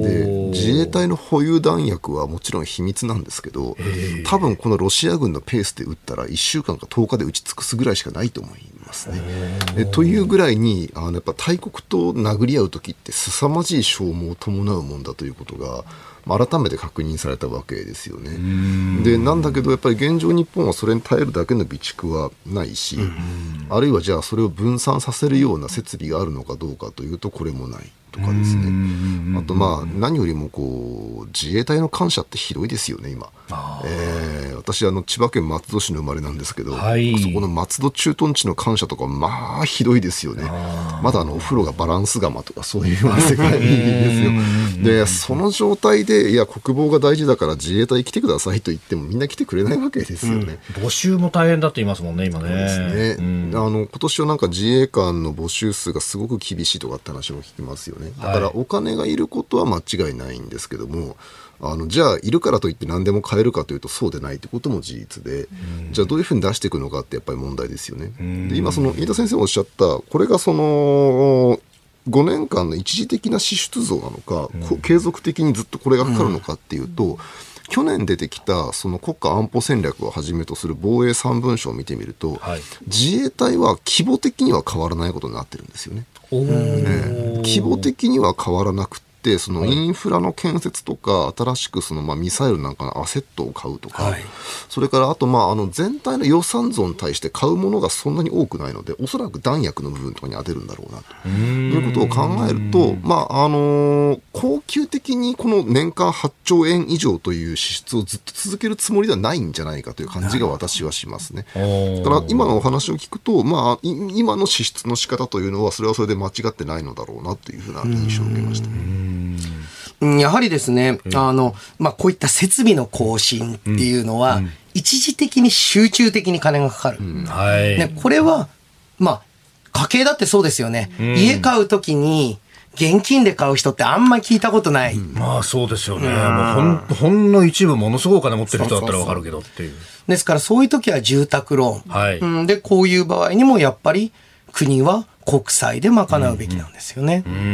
で自衛隊の保有弾薬はもちろん秘密なんですけど、多分このロシア軍のペースで撃ったらいっしゅうかんかとおかで撃ち尽くすぐらいしかないと思いますね。えというぐらいにあのやっぱ大国と殴り合う時って凄まじい消耗を伴うもんだということが改めて確認されたわけですよね。でなんだけどやっぱり現状日本はそれに耐えるだけの備蓄はないし、あるいはじゃあそれを分散させるような設備があるのかどうかというとこれもないとかですね。あとまあ何よりもこう自衛隊の感謝ってひどいですよね今。えー、私あの千葉県松戸市の生まれなんですけど、はい、そこの松戸駐屯地の感謝とかまあひどいですよね。まだあのお風呂がバランス釜とかそういうような世界ですよ。でその状態でいや国防が大事だから自衛隊来てくださいと言ってもみんな来てくれないわけですよね。 うん、募集も大変だと言いますもんね今ね。そうですね。 うん、あの今年はなんか自衛官の募集数がすごく厳しいとかって話も聞きますよね。だからお金がいることは間違いないんですけども、あのじゃあいるからといって何でも買えるかというとそうでないということも事実で、じゃあどういうふうに出していくのかってやっぱり問題ですよね。で今その飯田先生がおっしゃったこれがそのごねんかんの一時的な支出増なのか、うん、継続的にずっとこれがかかるのかっていうと、うん、去年出てきたその国家安保戦略をはじめとする防衛三文書を見てみると、はい、自衛隊は規模的には変わらないことになってるんですよね。ね、規模的には変わらなくてそのインフラの建設とか新しくそのまあミサイルなんかのアセットを買うとか、はい、それからあとまああの全体の予算増に対して買うものがそんなに多くないのでおそらく弾薬の部分とかに当てるんだろうなということを考えると、まああのー、恒久的にこの年間はっちょうえん以上という支出をずっと続けるつもりではないんじゃないかという感じが私はしますね。だから今のお話を聞くと、まあ、今の支出の仕方というのはそれはそれで間違ってないのだろうなというふうな印象を受けました。 やはりですね、あの、まあ、こういった設備の更新っていうのは、一時的に集中的に金がかかる。うんはいね、これは、まあ、家計だってそうですよね。うん、家買うときに、 現金で買う人ってあんまり聞いたことない。うん、 まあそうですよね。もうほん、ほんの一部ものすごいお金持ってる人だったらわかるけどっていう。そうそうそう。 ですからそういう時は住宅ローン。はい。うん、で、こういう場合にもやっぱり国は国債で賄うべきなんですよね。うん。うん、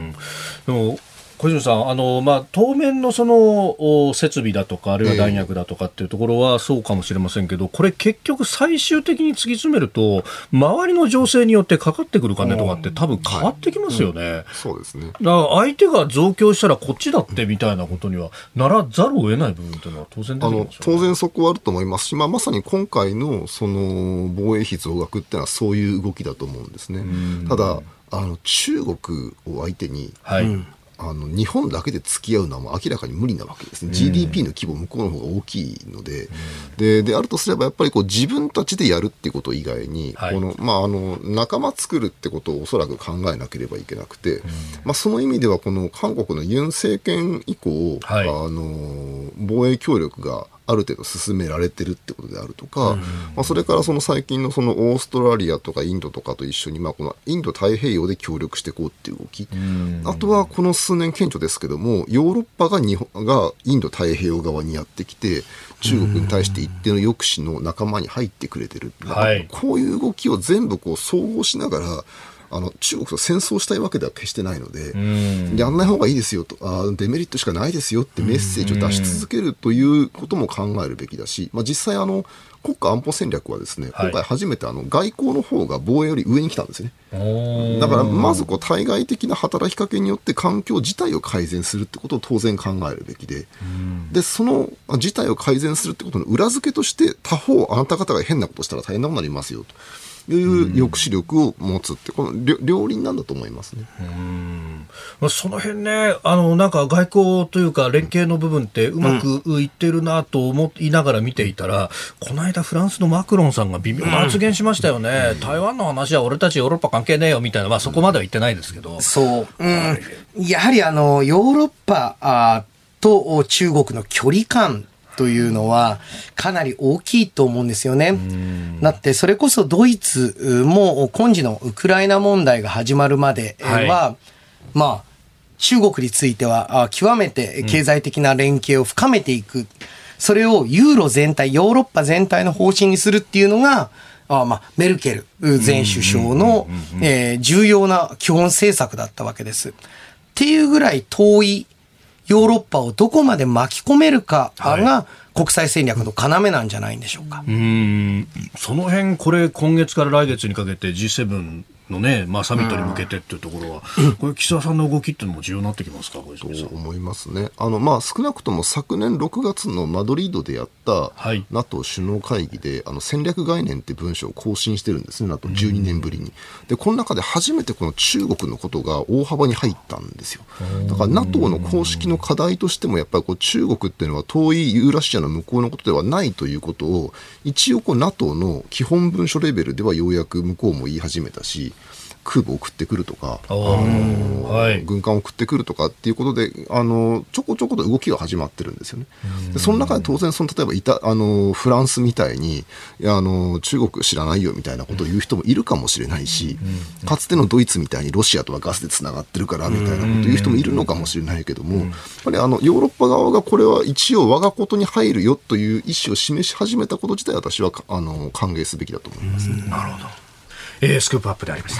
でも小泉さん、あの、まあ、当面のその設備だとかあるいは弾薬だとかっていうところはそうかもしれませんけど、これ結局最終的に突き詰めると周りの情勢によってかかってくる金とかって多分変わってきますよね。はいうん、 そうですね。 だから相手が増強したらこっちだってみたいなことにはならざるを得ない部分というのは当然出てきますよね。 あの当然そこはあると思いますし、まあ、まさに今回のその防衛費増額っていうのはそういう動きだと思うんですね。ただあの中国を相手に、はい、あの日本だけで付き合うのはもう明らかに無理なわけですね。 ジーディーピー の規模向こうの方が大きいので、で、であるとすればやっぱりこう自分たちでやるっていうこと以外に、はい、このまあ、あの仲間作るってことをおそらく考えなければいけなくて、まあ、その意味ではこの韓国のユン政権以降、はい、あの防衛協力がある程度進められてるってことであるとか、うんまあ、それからその最近のそのオーストラリアとかインドとかと一緒に、まあ、このインド太平洋で協力していこうっていう動き、うん、あとはこの数年顕著ですけども、ヨーロッパが日本がインド太平洋側にやってきて中国に対して一定の抑止の仲間に入ってくれてる、うんはい、こういう動きを全部こう総合しながらあの中国と戦争したいわけでは決してないので、うん、やんない方がいいですよと、あデメリットしかないですよってメッセージを出し続けるということも考えるべきだし、まあ、実際あの国家安保戦略はですね、今回初めてあの外交の方が防衛より上に来たんですよね。だからまずこう対外的な働きかけによって環境自体を改善するってことを当然考えるべきで、でその事態を改善するってことの裏付けとして他方あなた方が変なことしたら大変なことになりますよという抑止力を持つって、この両輪なんだと思いますね。 うん、その辺ね、あのなんか外交というか連携の部分ってうまくいってるなと思いながら見ていたら、うん、この間フランスのマクロンさんが微妙な発言しましたよね。うん、台湾の話は俺たちヨーロッパ関係ねえよみたいな、まあ、そこまでは言ってないですけど、うん、 そう、うん、やはりあのヨーロッパあと中国の距離感というのはかなり大きいと思うんですよね。だってそれこそドイツも今時のウクライナ問題が始まるまでは、はい、まあ中国については極めて経済的な連携を深めていく、うん、それをユーロ全体、ヨーロッパ全体の方針にするっていうのがあまあメルケル前首相の重要な基本政策だったわけです。っていうぐらい遠いヨーロッパをどこまで巻き込めるかが国際戦略の要なんじゃないんでしょうか。 うーん、その辺これ今月から来月にかけて ジーセブン のね、まあ、サミットに向けてっていうところは、うん、これ岸田さんの動きっていうのも重要になってきますか。 と思いますね。あの、まあ、少なくとも昨年ろくがつのマドリードでやった ナトー 首脳会議で、あの戦略概念って文章を更新してるんですね。ナトーじゅうにねんぶりに。でこの中で初めてこの中国のことが大幅に入ったんですよ。だから ナトー の公式の課題としてもやっぱりこう中国っていうのは遠いユーラシアの向こうのことではないということを一応こう ナトー の基本文書レベルではようやく向こうも言い始めたし、空母を送ってくるとか、あの、はい、軍艦を送ってくるとかっていうことで、あのちょこちょこと動きが始まってるんですよね。でその中で当然その例えばいたあのフランスみたいにあの中国知らないよみたいなことを言う人もいるかもしれないし、かつてのドイツみたいにロシアとはガスでつながってるからみたいなことを言う人もいるのかもしれないけども、やっぱりあのヨーロッパ側がこれは一応我がことに入るよという意思を示し始めたこと自体私はあの歓迎すべきだと思いますね。 なるほど、えー、スクープアップでありました。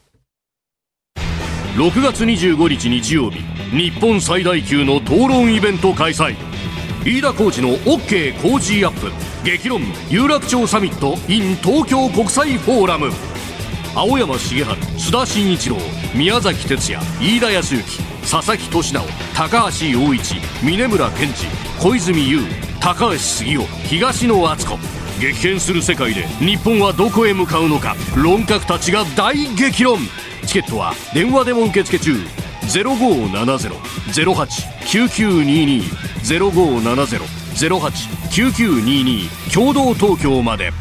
ろくがつにじゅうごにち日曜日、日本最大級の討論イベント開催。飯田浩司の OK 工事アップ激論有楽町サミット in 東京国際フォーラム。青山茂春、須田慎一郎、宮崎哲也、飯田康之、佐々木俊直、高橋陽一、峯村健二、小泉悠、高橋杉雄、東野篤子。激変する世界で日本はどこへ向かうのか、論客たちが大激論。チケットは電話でも受付中。 ゼロごーななゼロ ゼロはち きゅうきゅうにーにー ゼロごーななゼロ ゼロはち きゅうきゅうにーにー 共同東京まで。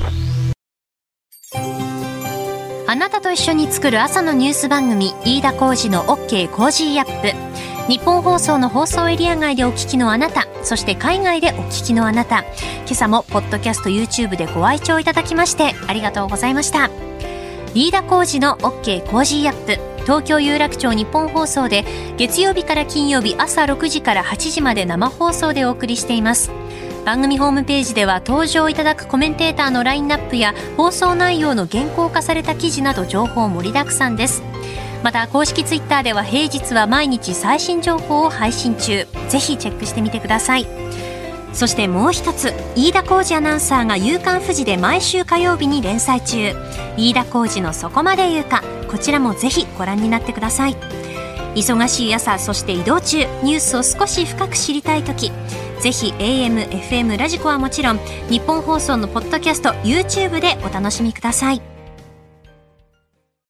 あなたと一緒に作る朝のニュース番組、飯田浩司の OK コージーアップ。日本放送の放送エリア外でお聞きのあなた、そして海外でお聞きのあなた、今朝もポッドキャスト YouTube でご愛聴いただきましてありがとうございました。飯田浩司の OK コージーアップ、 東京有楽町日本放送で月曜日から金曜日朝ろくじからはちじまで生放送でお送りしています。番組ホームページでは登場いただくコメンテーターのラインナップや放送内容の原稿化された記事など情報盛りだくさんです。また公式ツイッターでは平日は毎日最新情報を配信中、ぜひチェックしてみてください。そしてもう一つ、飯田浩司アナウンサーが夕刊フジで毎週火曜日に連載中、飯田浩司のそこまで言うか、こちらもぜひご覧になってください。忙しい朝、そして移動中、ニュースを少し深く知りたいとき、ぜひ エーエム、エフエム ラジコはもちろん日本放送のポッドキャスト YouTube でお楽しみください。